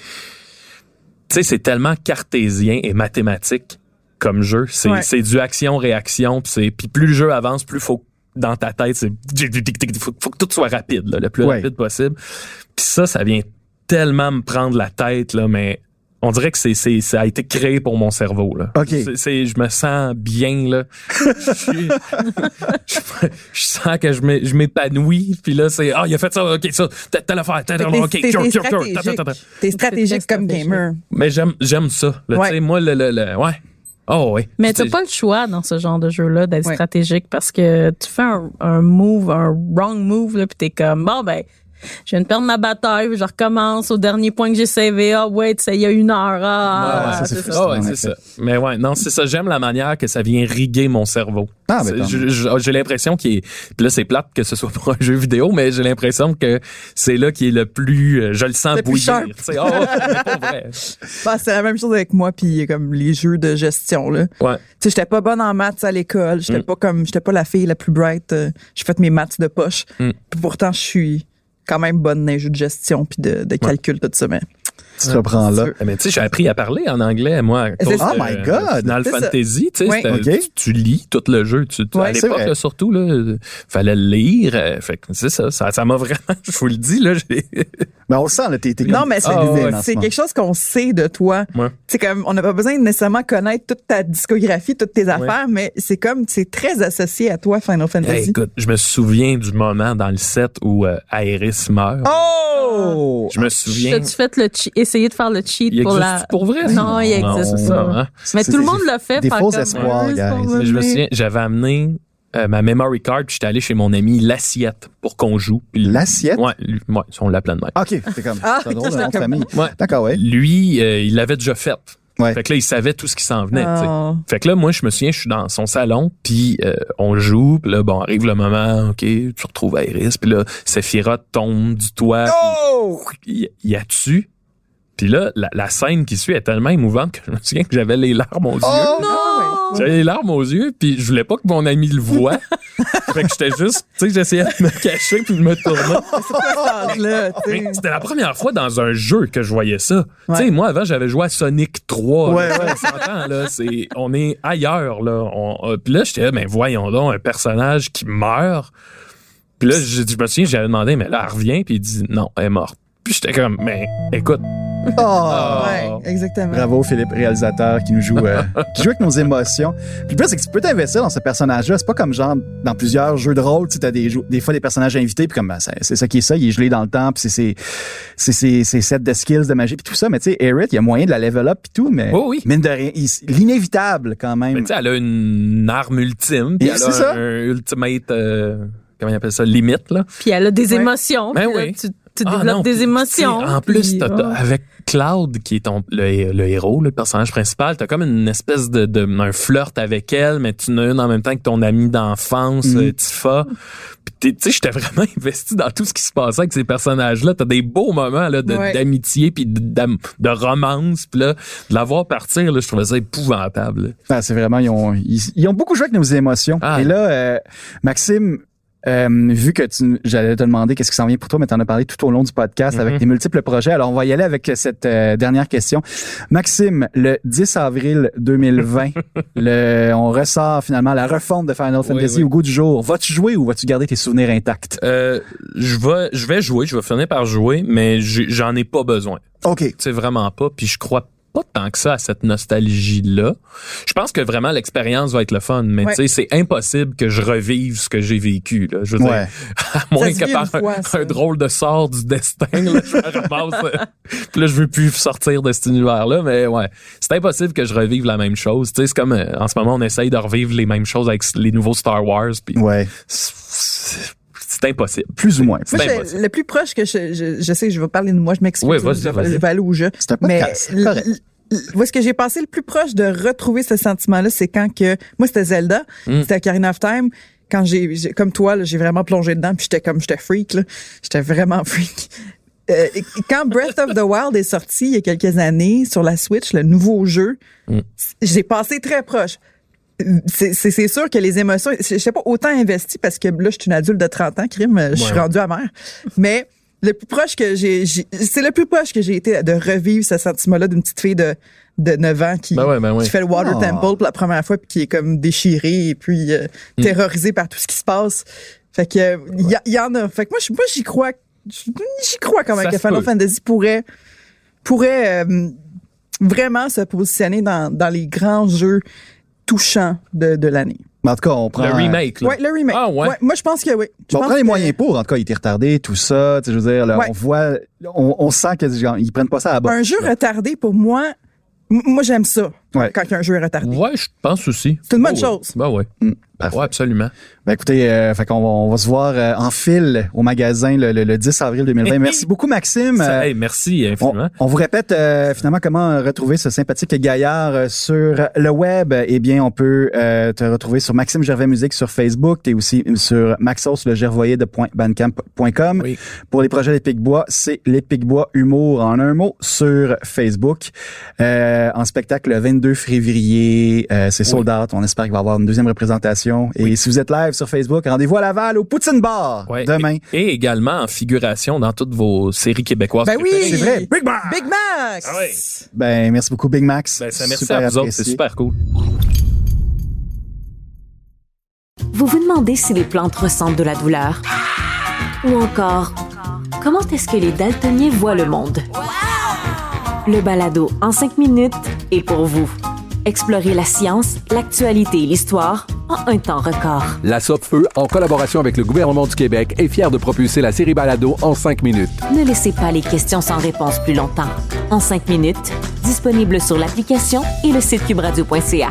sais, c'est tellement cartésien et mathématique comme jeu. C'est, Ouais. c'est du action-réaction. Puis c'est, puis plus le jeu avance, plus faut dans ta tête, c'est faut, faut que tout soit rapide, là, le plus Ouais. rapide possible. Puis ça, ça vient tellement me prendre la tête, là, mais on dirait que c'est, c'est, ça a été créé pour mon cerveau, là. OK. C'est, c'est, je me sens bien, là. je, suis- je, je sens que je, m'é- je m'épanouis. Puis là, c'est, ah, il a fait ça, OK, ça, t'as, t'as l'affaire, t'as, Fait t'as, que OK, T'es, t'es, cure, t'es cure, cure, stratégique. t'as, t'as, t'as. T'es stratégique comme gamer. Mais j'aime, j'aime ça. Là, Ouais. tu sais, moi, le, le, le, ouais. Oh, oui. Mais Tu sais, t'as pas le choix dans ce genre de jeu-là d'être Ouais. stratégique parce que tu fais un, un move, un wrong move, là, pis t'es comme, bon, ben, je viens de perdre ma bataille, je recommence au dernier point que j'ai savé. Ah, ouais, tu sais, il y a une heure. Ah, Ouais, ouais, ça, c'est c'est frustrant. Ah ouais, en c'est effet. ça. Mais ouais, non, c'est ça. J'aime la manière que ça vient riguer mon cerveau. Ah, ben, C'est- tant je- mieux. je- j'ai l'impression qu'il est... Puis là, c'est plate que ce soit pour un jeu vidéo, mais j'ai l'impression que c'est là qui est le plus... euh, Je le sens Le plus bouillir. sharp. Tu sais, oh, c'est pas vrai. Bah, c'est la même chose avec moi puis comme les jeux de gestion là. Ouais. Tu sais, j'étais pas bonne en maths à l'école, j'étais Mm. pas comme j'étais pas la fille la plus bright, euh, j'ai fait mes maths de poche. Mm. Puis pourtant je suis quand même bonne dans les jeux de gestion puis de, de calcul tout ça mais. Tu te reprends là. Eh, Mais tu sais, j'ai appris à parler en anglais, moi. à cause C'est- Oh de, my God! Final C'est ça. Fantasy, tu sais, Ouais. c'était- Ok. tu, tu lis tout le jeu. Tu, tu- Ouais, à c'est l'époque, vrai. là, surtout, là, euh, fallait le lire. euh, fait que c'est ça, ça, ça m'a vraiment, je vous le dis, là, j'ai... Mais on le sent, là, t'es, t'es Non, comme mais c'est, Ah, ouais. en ce c'est moment. quelque chose qu'on sait de toi. Ouais. C'est comme, on n'a pas besoin de nécessairement connaître toute ta discographie, toutes tes affaires, mais c'est comme, c'est très associé à toi, Final Hey, Fantasy. écoute, je me souviens du moment dans le set où euh, Aerys meurt. Oh! Je me souviens. T'as-tu fait le che- essayer de faire le cheat Il pour existe la. pour vrai? Non, il existe Non, pas. hein. Mais C'est- tout le c'est- monde l'a fait. des faire faux comme, espoirs, euh, guys. c'est pas Mais je me vrai. souviens, j'avais amené euh, ma memory card, puis j'étais allé chez mon ami L'Assiette pour qu'on joue. Puis- L'assiette? Ouais, lui- ouais, on l'appelle de même. OK, c'est comme, Ah, c'est un drôle de nom de comme- famille. Ouais. D'accord, ouais. Lui, euh, il l'avait déjà fait. Ouais. Fait que là, il savait tout ce qui s'en venait. tu sais. Oh. Fait que là, moi, je me souviens, je suis dans son salon, puis euh, on joue, puis là, bon, arrive le moment, OK, tu retrouves Aerys, puis là, Sephiroth tombe du toit, Oh! puis il y a dessus. Puis là, la, la scène qui suit est tellement émouvante que je me souviens que j'avais les larmes aux yeux. Oh! Non! J'avais les larmes aux yeux, puis je voulais pas que mon ami le voie. Fait que j'étais juste, tu sais, j'essayais de me cacher puis de me tourner. Là, tu sais. Mais c'était la première fois dans un jeu que je voyais ça. Ouais. Tu sais, moi, avant, j'avais joué à Sonic trois. Ouais, là. ouais. On s'entend, là. C'est, on est ailleurs, là. On, euh, puis là, j'étais là, ben, voyons donc, un personnage qui meurt. Puis là, je, je me souviens, j'avais demandé, mais là, elle revient, puis il dit, non, elle est morte. Puis j'étais comme, mais écoute. Oh! Ouais, exactement. Bravo, Philippe, réalisateur, qui nous joue, euh, qui joue avec nos émotions. Puis le pire, c'est que tu peux t'investir dans ce personnage-là. C'est pas comme genre dans plusieurs jeux de rôle, tu sais, t'as des, jou- des fois des personnages invités, puis comme, ben, c'est, c'est ça qui est ça, il est gelé dans le temps, puis c'est ses, c'est ses, ses sets de skills, de magie, puis tout ça. Mais tu sais, Aerith, il y a moyen de la level up, puis tout, mais Oui, oui. mine de rien, il- l'inévitable quand même. Mais tu sais, elle a une arme ultime, puis Et elle c'est a ça. un ultimate, euh, comment il appelle ça, limite, là. Puis elle a des Ouais. émotions. Ben puis là, oui. tu tu Ah, développes non, des puis, émotions. tu sais, En plus, puis, t'as- t'as- ouais. avec Cloud, qui est ton, le, le héros, le personnage principal, t'as comme une espèce de, de un flirt avec elle, mais tu n'as une en même temps que ton ami d'enfance, Mm. euh, Tifa. Puis t'es- tu sais, j'étais vraiment investi dans tout ce qui se passait avec ces personnages-là. T'as des beaux moments là, de, Ouais. d'amitié puis de, d'am- de romance. Puis là, de la voir partir, là, je trouvais ça épouvantable. là. Ah, c'est vraiment, ils ont, ils, ils ont beaucoup joué avec nos émotions. Ah. Et là, euh, Maxime, euh, vu que tu, j'allais te demander qu'est-ce qui s'en vient pour toi, mais tu en as parlé tout au long du podcast Mm-hmm. avec tes multiples projets. Alors, on va y aller avec cette euh, dernière question. Maxime, le dix avril deux mille vingt, le, on ressort finalement la refonte de Final Fantasy oui. au goût du jour. Vas-tu jouer ou vas-tu garder tes souvenirs intacts? Euh, je vais, je vais jouer, je vais finir par jouer, mais j'ai- j'en ai pas besoin. OK. Tu sais, vraiment pas. Puis je crois pas tant que ça à cette nostalgie-là. Je pense que vraiment l'expérience va être le fun, mais Ouais. tu sais, c'est impossible que je revive ce que j'ai vécu. Là. Je veux Ouais. dire, à moins se que vit par une fois, un, ça. un drôle de sort du destin, là, je me ramasse. euh, Puis là, je veux plus sortir de cet univers-là, mais ouais, c'est impossible que je revive la même chose. Tu sais, c'est comme euh, en ce moment, on essaye de revivre les mêmes choses avec les nouveaux Star Wars, puis Ouais. c'est c'est impossible. Plus ou moins. C'est Moi, je- impossible. le plus proche que je, je, je sais, je vais parler de moi, je m'excuse. Oui, vas-y, je, vais- vas-y. je vais aller où je. C'est un Mais podcast, c'est l- correct. l- l- où est-ce que j'ai passé le plus proche de retrouver ce sentiment-là, c'est quand que moi c'était Zelda, Mm. c'était Ocarina of Time. Quand j'ai, j'ai- comme toi, là, j'ai vraiment plongé dedans, puis j'étais comme j'étais freak, là. J'étais vraiment freak. Euh, et- et quand Breath of the Wild est sorti il y a quelques années sur la Switch, le nouveau jeu, Mm. j'ai passé très proche. C'est, c'est, c'est sûr que les émotions, je sais pas autant investi parce que là, je suis une adulte de trente ans, crime, je suis Ouais. rendue amère. Mais le plus proche que j'ai, j'ai- c'est le plus proche que j'ai été de revivre ce sentiment-là d'une petite fille de, de neuf ans qui, Ben ouais, ben ouais. qui fait le Water Oh. Temple pour la première fois puis qui est comme déchirée et puis euh, Mm. terrorisée par tout ce qui se passe. Fait que, euh, il y, a- il y en a. Fait que moi, je- moi j'y crois, j'y crois quand même Ça que se Final peut. Fantasy pourrait, pourrait euh, vraiment se positionner dans, dans les grands jeux touchants de, de l'année. Mais en tout cas, on prend... Le remake, là. Ouais, le remake. Ah, ouais. moi, je pense que oui. Je On pense prend les que- moyens pour. En tout cas, il était retardé, tout ça. Tu sais, je veux dire, là, Ouais. on voit, on, on sent qu'ils prennent pas ça à la botte. Un jeu retardé, pour moi, m- moi, j'aime ça. Ouais. Quand un jeu est retardé. Ouais, je pense aussi. C'est une bonne Oh, chose. Ben ouais. Parfait. Ouais, absolument. Ben écoutez, euh, fait qu'on va, on va se voir euh, en fil au magasin le, le, le dix avril deux mille vingt. Merci beaucoup, Maxime. Ça, Euh, hey, merci on, infiniment. on vous répète euh, finalement comment retrouver ce sympathique gaillard euh, sur le web. Eh bien, on peut euh, te retrouver sur Maxime Gervais Musique sur Facebook. T'es aussi sur Maxos le Gervoyer de bandcamp point com. Oui. Pour les projets des Picbois, c'est les Picbois Humour en un mot sur Facebook. Euh, en spectacle le vingt-deux février, euh, c'est sold out. On espère qu'il va y avoir une deuxième représentation. Et si vous êtes live sur Facebook, rendez-vous à Laval au Poutine Bar Ouais. demain. Et, et également en figuration dans toutes vos séries québécoises. Ben oui! préférées. C'est vrai. Big Mac! Big Max! Ah ouais. Ben merci beaucoup Big Max. Ben, ça, merci Super à vous autres, c'est apprécié. super cool. Vous vous demandez si les plantes ressentent de la douleur? Ou encore, comment est-ce que les daltoniens voient le monde? Le balado en cinq minutes est pour vous. Explorez la science, l'actualité et l'histoire en un temps record. La Sopfeu, en collaboration avec le gouvernement du Québec, est fière de propulser la série Balado en cinq minutes. Ne laissez pas les questions sans réponse plus longtemps. En cinq minutes, disponible sur l'application et le site cube radio point c a.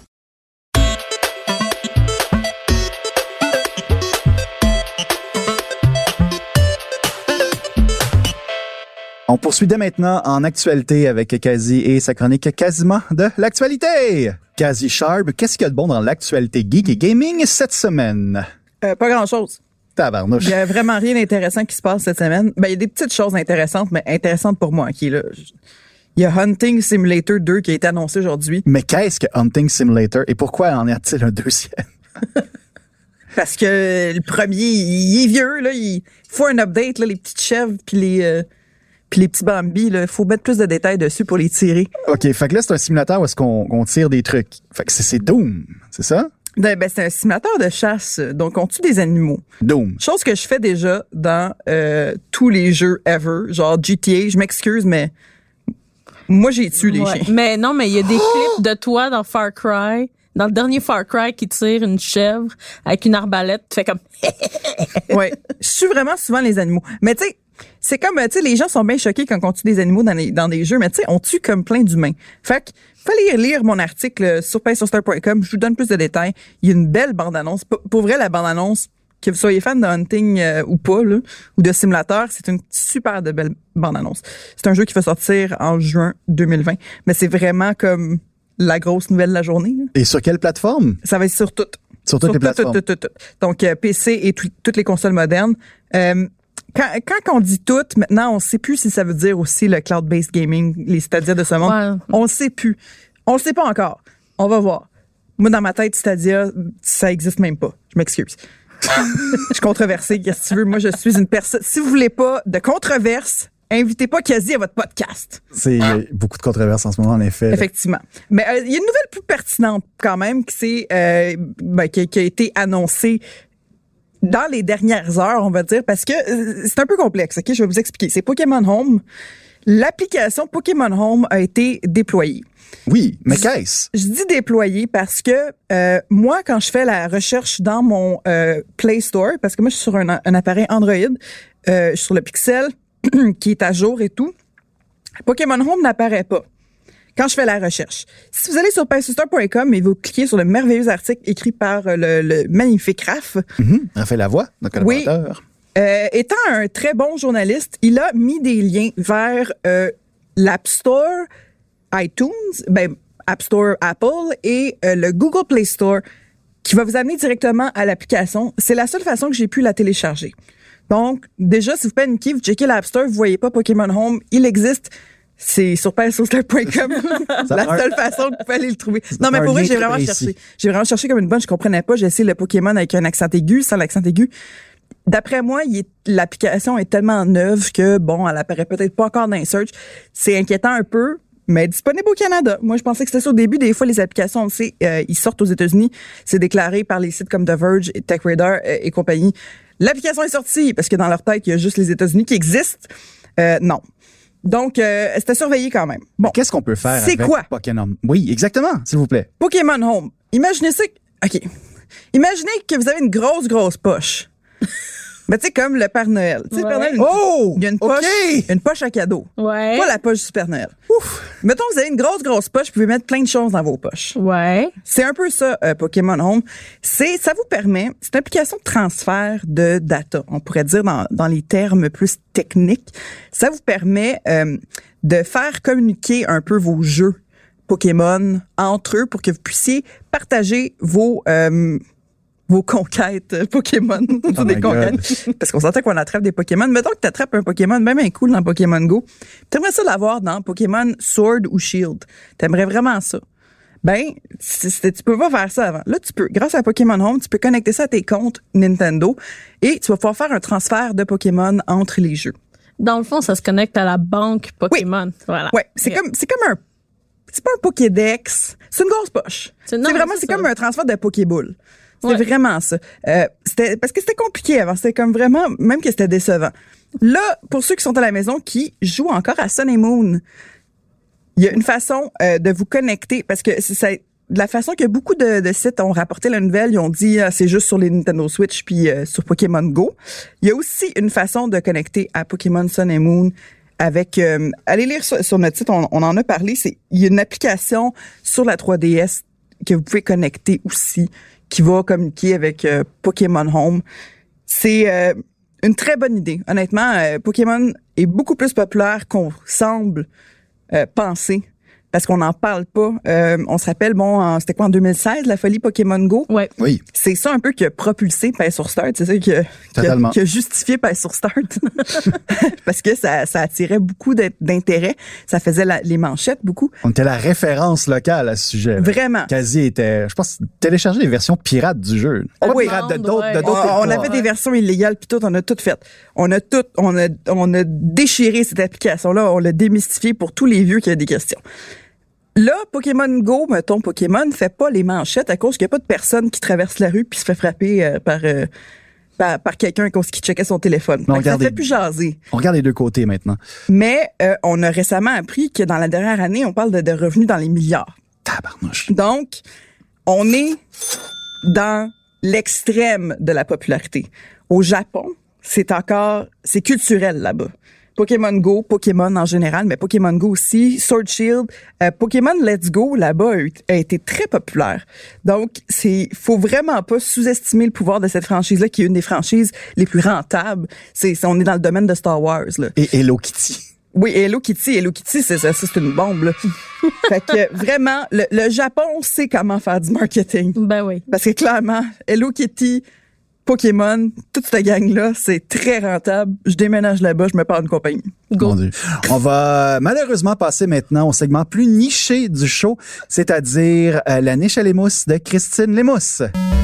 On poursuit dès maintenant en actualité avec Kazi et sa chronique quasiment de l'actualité. Kazi Sharp, qu'est-ce qu'il y a de bon dans l'actualité geek et gaming cette semaine? Euh, pas grand-chose. Tabarnouche. Il y a vraiment rien d'intéressant qui se passe cette semaine. Ben, il y a des petites choses intéressantes, mais intéressantes pour moi, qui est là. Il y a Hunting Simulator deux qui a été annoncé aujourd'hui. Mais qu'est-ce que Hunting Simulator et pourquoi en y a-t-il un deuxième? Parce que le premier, il est vieux, là. Il faut un update, là, les petites chèvres puis les, euh, puis les petits bambis, là. Il faut mettre plus de détails dessus pour les tirer. OK, fait que là, c'est un simulateur où est-ce qu'on on tire des trucs. Fait que c'est, c'est Doom, c'est ça? Ben, ben, c'est un simulateur de chasse. Donc, on tue des animaux. Doom. Chose que je fais déjà dans euh, tous les jeux ever. Genre G T A, je m'excuse, mais moi, j'ai tué les Ouais. chiens. Mais non, mais il y a des clips de toi dans Far Cry, dans le dernier Far Cry qui tire une chèvre avec une arbalète. Tu fais comme... Ouais. Je tue vraiment souvent les animaux. Mais tu sais, c'est comme, tu sais, les gens sont bien choqués quand on tue des animaux dans, les, dans des jeux, mais tu sais, on tue comme plein d'humains. Fait que, fallait lire mon article sur pain sur star point com. Je vous donne plus de détails. Il y a une belle bande-annonce. Pour, pour vrai, la bande-annonce que vous soyez fan de hunting euh, ou pas, là, ou de simulateur, c'est une super de belle bande-annonce. C'est un jeu qui va sortir en juin deux mille vingt, mais c'est vraiment comme la grosse nouvelle de la journée. Là. Et sur quelle plateforme? Ça va être sur toutes. Sur toutes sur les plateformes. Tout, tout, tout, tout. Donc, euh, P C et tout, toutes les consoles modernes. Euh, Quand, quand on dit tout, maintenant, on sait plus si ça veut dire aussi le cloud-based gaming, les Stadia de ce monde. Ouais. On le sait plus. On le sait pas encore. On va voir. Moi, dans ma tête, Stadia, ça existe même pas. Je m'excuse. Je suis controversée, qu'est-ce que tu veux. Moi, je suis une personne... Si vous voulez pas de controverse, invitez pas Quasi à votre podcast. C'est ah. beaucoup de controverses en ce moment, en effet. Effectivement. Mais il euh, y a une nouvelle plus pertinente quand même qui, c'est, euh, ben, qui, qui a été annoncée dans les dernières heures, on va dire, parce que euh, c'est un peu complexe, OK? Je vais vous expliquer. C'est Pokémon Home. L'application Pokémon Home a été déployée. Oui, mais qu'est-ce? Je dis déployée parce que euh, moi, quand je fais la recherche dans mon euh, Play Store, parce que moi, je suis sur un, un appareil Android, euh, je suis sur le Pixel, qui est à jour et tout, Pokémon Home n'apparaît pas quand je fais la recherche. Si vous allez sur pacester point com et vous cliquez sur le merveilleux article écrit par le, le magnifique Raph. Mm-hmm. Raphaël Lavoie, notre collaborateur. Oui, euh, étant un très bon journaliste, il a mis des liens vers euh, l'App Store, iTunes, ben, App Store Apple et euh, le Google Play Store qui va vous amener directement à l'application. C'est la seule façon que j'ai pu la télécharger. Donc, déjà, si vous paniquez, vous checkez l'App Store, vous voyez pas Pokémon Home, il existe. C'est sur pacester point com. La seule façon que vous pouvez aller le trouver. Non, mais pour vrai, j'ai vraiment cherché. J'ai vraiment cherché comme une bonne, je comprenais pas. J'ai essayé le Pokémon avec un accent aigu, sans l'accent aigu. D'après moi, il est, l'application est tellement neuve que, bon, elle apparaît peut-être pas encore dans les search. C'est inquiétant un peu, mais disponible au Canada. Moi, je pensais que c'était ça au début. Des fois, les applications, on le sait, euh, ils sortent aux États-Unis. C'est déclaré par les sites comme The Verge, et TechRadar euh, et compagnie. L'application est sortie parce que dans leur tête, il y a juste les États-Unis qui existent. Euh, non. Donc, euh, c'était surveillé quand même. Bon. Qu'est-ce qu'on peut faire c'est avec quoi? Pokémon? Oui, exactement, s'il vous plaît. Pokémon Home. Imaginez ça. OK. Imaginez que vous avez une grosse, grosse poche. Mais tu sais, comme le Père Noël. Tu sais, Ouais. le Père Noël, Oh! il y a une poche, OK! une poche à cadeau. Ouais. Pas la poche du Super Noël. Ouf! Mettons, vous avez une grosse, grosse poche, vous pouvez mettre plein de choses dans vos poches. Ouais. C'est un peu ça, euh, Pokémon Home. C'est, ça vous permet, c'est une application de transfert de data. On pourrait dire dans, dans les termes plus techniques. Ça vous permet euh, de faire communiquer un peu vos jeux Pokémon entre eux pour que vous puissiez partager vos... Euh, vos conquêtes Pokémon. Oh des my conquêtes. Parce qu'on s'entend qu'on attrape des Pokémon. Mettons que tu attrapes un Pokémon, même un cool dans Pokémon Go. T'aimerais ça l'avoir dans Pokémon Sword ou Shield. T'aimerais vraiment ça. Ben, c'est, c'est, tu peux pas faire ça avant. Là, tu peux. Grâce à Pokémon Home, tu peux connecter ça à tes comptes Nintendo et tu vas pouvoir faire un transfert de Pokémon entre les jeux. Dans le fond, ça se connecte à la banque Pokémon. Oui. Voilà. Ouais. C'est okay. comme, c'est comme un, c'est pas un Pokédex. C'est une grosse poche. C'est, non, c'est vraiment, c'est, c'est comme un transfert de Pokéball. C'est ouais. vraiment ça. Euh, c'était parce que c'était compliqué avant. C'était comme vraiment, même que c'était décevant. Là, pour ceux qui sont à la maison, qui jouent encore à Sun and Moon, il y a une façon euh, de vous connecter parce que c'est ça. De la façon que beaucoup de, de sites ont rapporté la nouvelle, ils ont dit ah, c'est juste sur les Nintendo Switch puis euh, sur Pokémon Go. Il y a aussi une façon de connecter à Pokémon Sun and Moon avec. Euh, allez lire sur, sur notre site, on, on en a parlé. C'est il y a une application sur la trois D S que vous pouvez connecter aussi, qui va communiquer avec euh, Pokémon Home. C'est euh, une très bonne idée. Honnêtement, euh, Pokémon est beaucoup plus populaire qu'on semble euh, penser. Parce qu'on n'en parle pas. Euh, on se rappelle, bon, en, c'était quoi en deux mille seize, la folie Pokémon Go? Ouais. Oui. C'est ça un peu qui a propulsé Pace sur Start. C'est ça qui a, qui a, qui a justifié Pace sur Start. Parce que ça, ça attirait beaucoup d'intérêt. Ça faisait la, les manchettes beaucoup. On était la référence locale à ce sujet. Là. Vraiment. Quasi était, je pense, télécharger des versions pirates du jeu. Pas oui. pirates de d'autres, ouais. de d'autres. On, on avait des versions illégales puis tout, on a tout fait. On a tout, on a, on a déchiré cette application-là. On l'a démystifié pour tous les vieux qui ont des questions. Là, Pokémon Go, mettons, Pokémon fait pas les manchettes à cause qu'il n'y a pas de personne qui traverse la rue puis se fait frapper euh, par, euh, par par quelqu'un qui checkait son téléphone. Non, ça fait plus jaser. On regarde les deux côtés maintenant. Mais euh, on a récemment appris que dans la dernière année, on parle de, de revenus dans les milliards. Tabarnouche. Donc, on est dans l'extrême de la popularité. Au Japon, c'est encore, c'est culturel là-bas. Pokémon Go, Pokémon en général, mais Pokémon Go aussi, Sword Shield, euh, Pokémon Let's Go là-bas a, eu, a été très populaire. Donc, c'est, faut vraiment pas sous-estimer le pouvoir de cette franchise-là, qui est une des franchises les plus rentables. C'est, c'est on est dans le domaine de Star Wars, là. Et Hello Kitty. Oui, Hello Kitty, Hello Kitty, c'est ça, c'est une bombe, là. Fait que vraiment, le, le Japon sait comment faire du marketing. Ben oui. Parce que clairement, Hello Kitty, Pokémon, toute cette gang-là, c'est très rentable. Je déménage là-bas, je me pars une compagnie. Go. Mon Dieu. On va malheureusement passer maintenant au segment plus niché du show, c'est-à-dire euh, la niche à l'émousse de Christine Lémousse.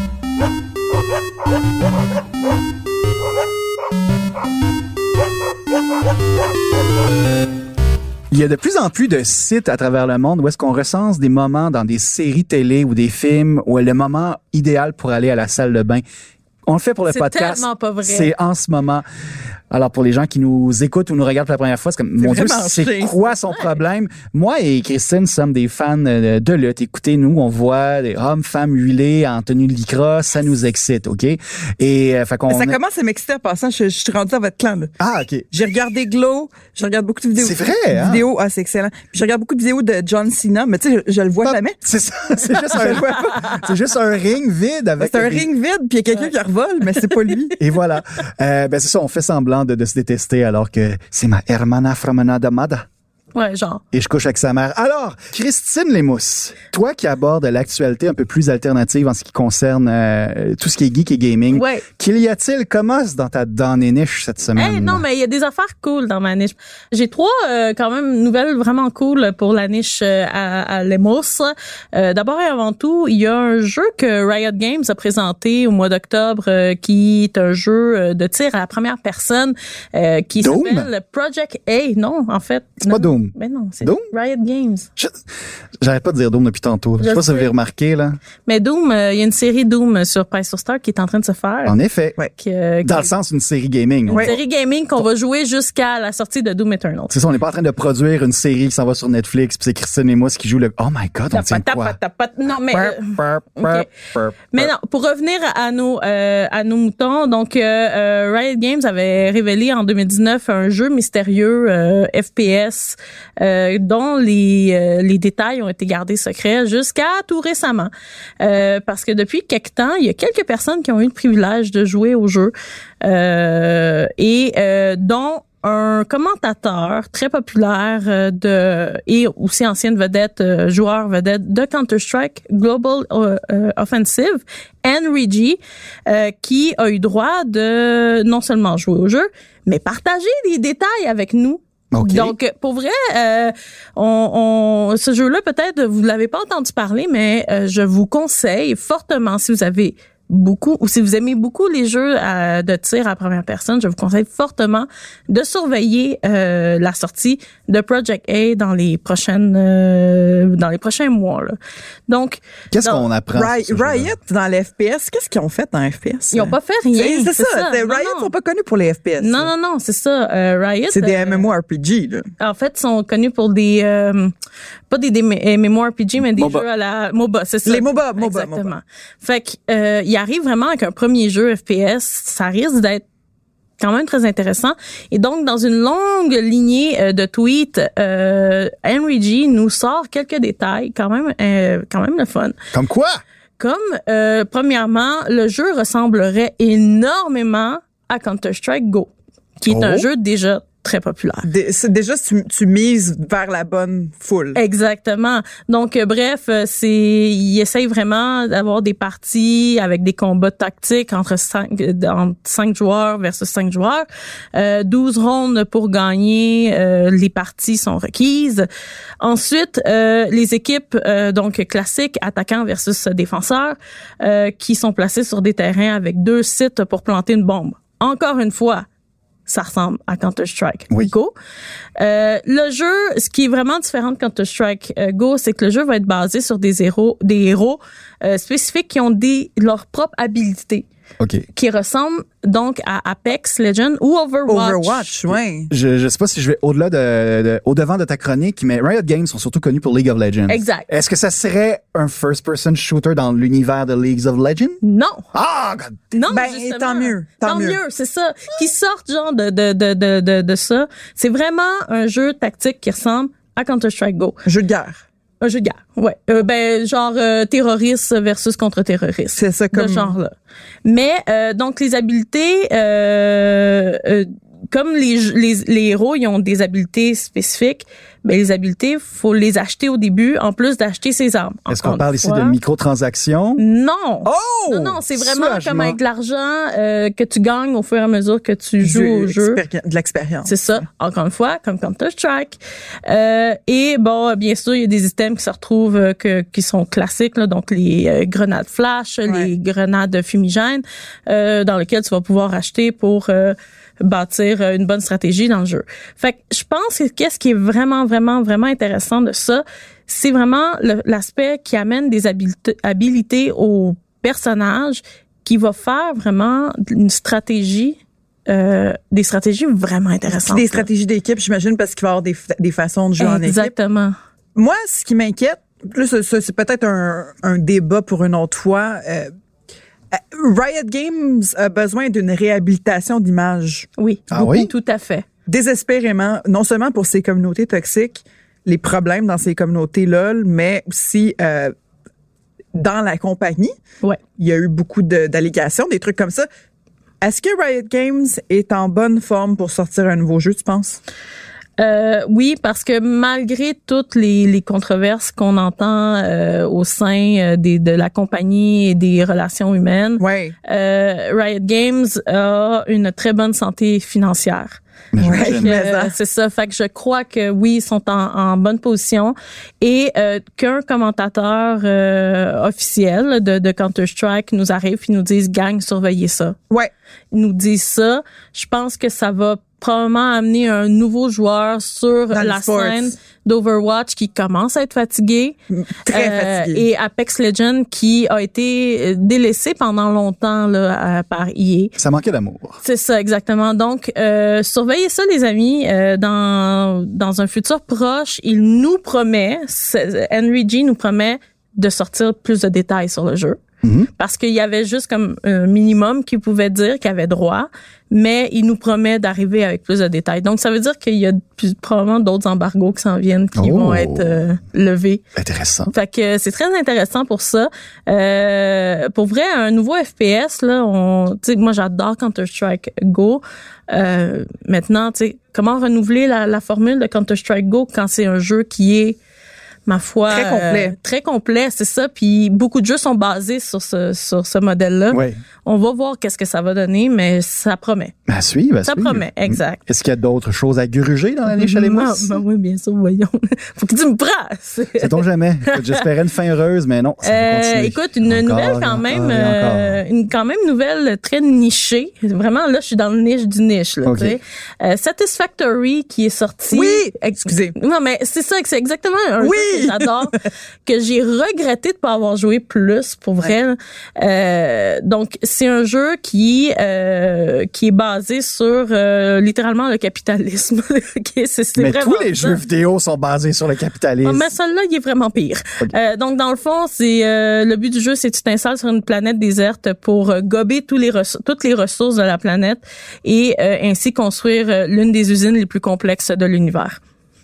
Il y a de plus en plus de sites à travers le monde où est-ce qu'on recense des moments dans des séries télé ou des films où le moment idéal pour aller à la salle de bain. On le fait pour le c'est podcast. tellement pas vrai. C'est en ce moment. Alors, pour les gens qui nous écoutent ou nous regardent pour la première fois, c'est comme, C'est mon Dieu, vraiment c'est triste. quoi son problème? Moi et Christine sommes des fans de, de lutte. Écoutez, nous, on voit des hommes, femmes huilés en tenue de lycra. Ça nous excite, OK? Et, euh, fait qu'on... Ça commence à m'exciter en passant. Je, je suis rendue à votre clan, là. Ah, OK. J'ai regardé Glow, je regarde beaucoup de vidéos. C'est vrai, hein? Vidéos, ah, c'est excellent. Puis je regarde beaucoup de vidéos de John Cena, mais tu sais, je, je le vois Pas- jamais. C'est ça. C'est juste un, c'est juste un ring vide avec... C'est un des- ring vide, puis il y a quelqu'un qui revole, mais c'est pas lui. Et voilà. Euh, ben c'est ça, on fait semblant de, de se détester alors que c'est ma hermana framanada mada. Ouais, genre. Et je couche avec sa mère. Alors, Christine Lémousse, toi qui abordes l'actualité un peu plus alternative en ce qui concerne euh, tout ce qui est geek et gaming, Ouais. qu'il y a-t-il, commence dans ta dans les niches cette semaine? Hey, non, mais il y a des affaires cool dans ma niche. J'ai trois euh, quand même nouvelles vraiment cool pour la niche euh, à, à l'émousse. Euh, D'abord et avant tout, il y a un jeu que Riot Games a présenté au mois d'octobre euh, qui est un jeu euh, de tir à la première personne euh, qui Doom? s'appelle Project A. Non, en fait. C'est pas non. Doom. Ben non, c'est Doom? Riot Games. Je- J'arrête pas de dire Doom depuis tantôt. Je sais Je pas si vous sais. avez remarqué, là. Mais Doom, euh, il y a une série Doom sur Price sur Star qui est en train de se faire. En effet. Ouais. Qui, euh, Dans qui- le sens d'une série gaming. une série gaming qu'on va jouer jusqu'à la sortie de Doom Eternal. C'est ça, on n'est pas en train de produire une série qui s'en va sur Netflix, puis c'est Christine et moi qui joue le... Oh my God, on tient Tapat, quoi? tapat, tapat. Non, mais... euh, Burp, burp, ok. burp, Mais burp. non, pour revenir à nos euh, à nos moutons, donc euh, euh, Riot Games avait révélé en deux mille dix-neuf un jeu mystérieux euh, F P S euh, dont les euh, les détails ont été gardés secrets jusqu'à tout récemment, euh, parce que depuis quelque temps, il y a quelques personnes qui ont eu le privilège de jouer au jeu euh, et euh, dont un commentateur très populaire euh, de et aussi ancienne vedette, euh, joueur vedette de Counter-Strike Global euh, euh, Offensive, Henry G, euh, qui a eu droit de non seulement jouer au jeu, mais partager des détails avec nous. OK. Donc, pour vrai, euh, on, on, ce jeu-là, peut-être, vous ne l'avez pas entendu parler, mais euh, je vous conseille fortement, si vous avez beaucoup, ou si vous aimez beaucoup les jeux à, de tir à première personne, je vous conseille fortement de surveiller euh, la sortie de Project A dans les prochaines, euh, dans les prochains mois. Là. Donc, Qu'est-ce dans- qu'on apprend? Ri- sur ce jeu-là? Riot, dans les F P S, qu'est-ce qu'ils ont fait dans F P S? ils n'ont pas fait rien. C'est c'est ça. c'est- Non, Riot non. sont pas connus pour les F P S. Non, non, non, c'est ça. Euh, Riot. C'est des euh, MMORPG, là. En fait, sont connus pour des euh, pas des, des MMORPG, mais des MOBA. jeux à la MOBA, c'est ça. Les MOBA, MOBA, Exactement. MOBA. Fait que euh, il arrive vraiment avec un premier jeu F P S, ça risque d'être quand même très intéressant. Et donc, dans une longue lignée euh, de tweets, euh, Henry G nous sort quelques détails, quand même, euh, quand même le fun. Comme quoi? Comme, euh, premièrement, le jeu ressemblerait énormément à Counter-Strike Go, qui est Oh. un jeu déjà très populaire. Dé- c'est déjà, tu, tu mises vers la bonne foule. Exactement. Donc, euh, bref, euh, c'est, il essaye vraiment d'avoir des parties avec des combats tactiques entre cinq, entre cinq joueurs versus cinq joueurs. Euh, douze rondes pour gagner. Euh, les parties sont requises. Ensuite, euh, les équipes, euh, donc classiques, attaquants versus défenseurs, euh, qui sont placés sur des terrains avec deux sites pour planter une bombe. Encore une fois, ça ressemble à Counter-Strike Oui. Go. Euh, le jeu, ce qui est vraiment différent de Counter-Strike euh, Go, c'est que le jeu va être basé sur des héros, des héros euh, spécifiques qui ont des leurs propres habilités. OK. qui ressemble donc à Apex Legends ou Overwatch. Overwatch, oui. Je, je sais pas si je vais au-delà de, de au-devant de ta chronique, mais Riot Games sont surtout connus pour League of Legends. Exact. Est-ce que ça serait un first-person shooter dans l'univers de League of Legends? Non. Ah, God. Non, Ben, justement. tant mieux, tant Tant, mieux. mieux, c'est ça. Qui sortent genre de, de, de, de, de, de ça. C'est vraiment un jeu tactique qui ressemble à Counter-Strike Go. Jeu de guerre. Un jeu de guerre, ouais. Euh, ben, genre euh, terroriste versus contre-terroriste. C'est ça, comme... De genre-là. Mais, euh, donc, les habiletés... Euh, euh, comme les, les, les héros, ils ont des habiletés spécifiques, ben les habiletés, faut les acheter au début, en plus d'acheter ses armes. Est-ce Encore qu'on parle une ici fois. de microtransactions? Non. Oh! Non, non, c'est vraiment Soulagement. comme avec de l'argent euh, que tu gagnes au fur et à mesure que tu joues au jeu. expéri- De l'expérience. C'est ça, encore une fois, comme Counter-Strike. Euh, et bon, bien sûr, il y a des items qui se retrouvent, euh, que, qui sont classiques, là, donc les euh, grenades flash, Ouais. les grenades fumigènes, euh, dans lesquelles tu vas pouvoir acheter pour euh, bâtir euh, une bonne stratégie dans le jeu. Fait que je pense que qu'est-ce qui est vraiment, vraiment, vraiment intéressant de ça, c'est vraiment le- l'aspect qui amène des habilités, habilités aux personnages qui va faire vraiment une stratégie Euh, des stratégies vraiment intéressantes. Des là. stratégies d'équipe, j'imagine, parce qu'il va y avoir des, f- des façons de jouer en équipe. Exactement. Moi, ce qui m'inquiète, là, ça, ça, c'est peut-être un, un débat pour une autre fois. Euh, euh, Riot Games a besoin d'une réhabilitation d'image. Oui. Ah beaucoup, oui? tout à fait. Désespérément, non seulement pour ces communautés toxiques, les problèmes dans ces communautés LOL, mais aussi euh, dans la compagnie. Ouais. Il y a eu beaucoup de- d'allégations, des trucs comme ça. Est-ce que Riot Games est en bonne forme pour sortir un nouveau jeu, tu penses? Euh, oui, parce que malgré toutes les, les controverses qu'on entend euh, au sein euh, des, de la compagnie et des relations humaines, Oui. euh, Riot Games a une très bonne santé financière. Mais Ouais. j'imagine. Fait que, Mais euh, ça. c'est ça. Fait que je crois que oui, ils sont en, en bonne position et euh, qu'un commentateur euh, officiel de, de Counter-Strike nous arrive et nous dise « Gang, surveillez ça ». Ouais. Ils nous disent ça. Je pense que ça va probablement amener un nouveau joueur sur Dans la l'e-sports. scène d'Overwatch qui commence à être fatigué. Très Euh, fatigué. Et Apex Legends qui a été délaissé pendant longtemps là, à- par E A. Ça manquait d'amour. C'est ça, exactement. Donc, euh, surveillez ça, les amis. Euh, dans dans un futur proche, il nous promet, c'est- Henry G nous promet de sortir plus de détails sur le jeu. Mhm. Parce qu'il y avait juste comme un minimum qu'il pouvait dire, qu'il avait droit, mais il nous promet d'arriver avec plus de détails. Donc, ça veut dire qu'il y a plus, probablement d'autres embargos qui s'en viennent, qui Oh. vont être euh, levés. Intéressant. Fait que c'est très intéressant pour ça. Euh, pour vrai, un nouveau F P S là, on, tu sais, moi j'adore Counter-Strike Go. Euh, maintenant, tu sais, comment renouveler la, la formule de Counter-Strike Go quand c'est un jeu qui est, ma foi, Très complet. euh, très complet, c'est ça. Puis beaucoup de jeux sont basés sur ce sur ce modèle-là. Oui. On va voir qu'est-ce que ça va donner, mais ça promet. À suivre, à Ça suivre. promet, exact. Est-ce qu'il y a d'autres choses à gruger dans l'année chez les Ben, mousses? ben oui, bien sûr, voyons. Faut que tu me brasses. Sait-on jamais? Écoute, j'espérais une fin heureuse, mais non. Ça va Euh, continuer. écoute, une Encore, nouvelle quand encore même, et euh, encore. une quand même nouvelle très nichée. Vraiment, là, je suis dans le niche du niche. Là, Ok. tu sais. Euh, Satisfactory qui est sorti. Oui! Excusez. Non, mais c'est ça, que c'est exactement un Oui! jeu que j'adore, que j'ai regretté de pas avoir joué plus, pour vrai. là. Euh, donc, c'est un jeu qui euh, qui est basé sur euh, littéralement le capitalisme. Ok, c'est, c'est Mais vraiment tous les ça. jeux vidéo sont basés sur le capitalisme. Ah, mais celui-là, il est vraiment pire. Ok. Euh, donc, dans le fond, c'est euh, le but du jeu, c'est que tu t'installes sur une planète déserte pour euh, gober tous les res- toutes les ressources de la planète et euh, ainsi construire euh, l'une des usines les plus complexes de l'univers.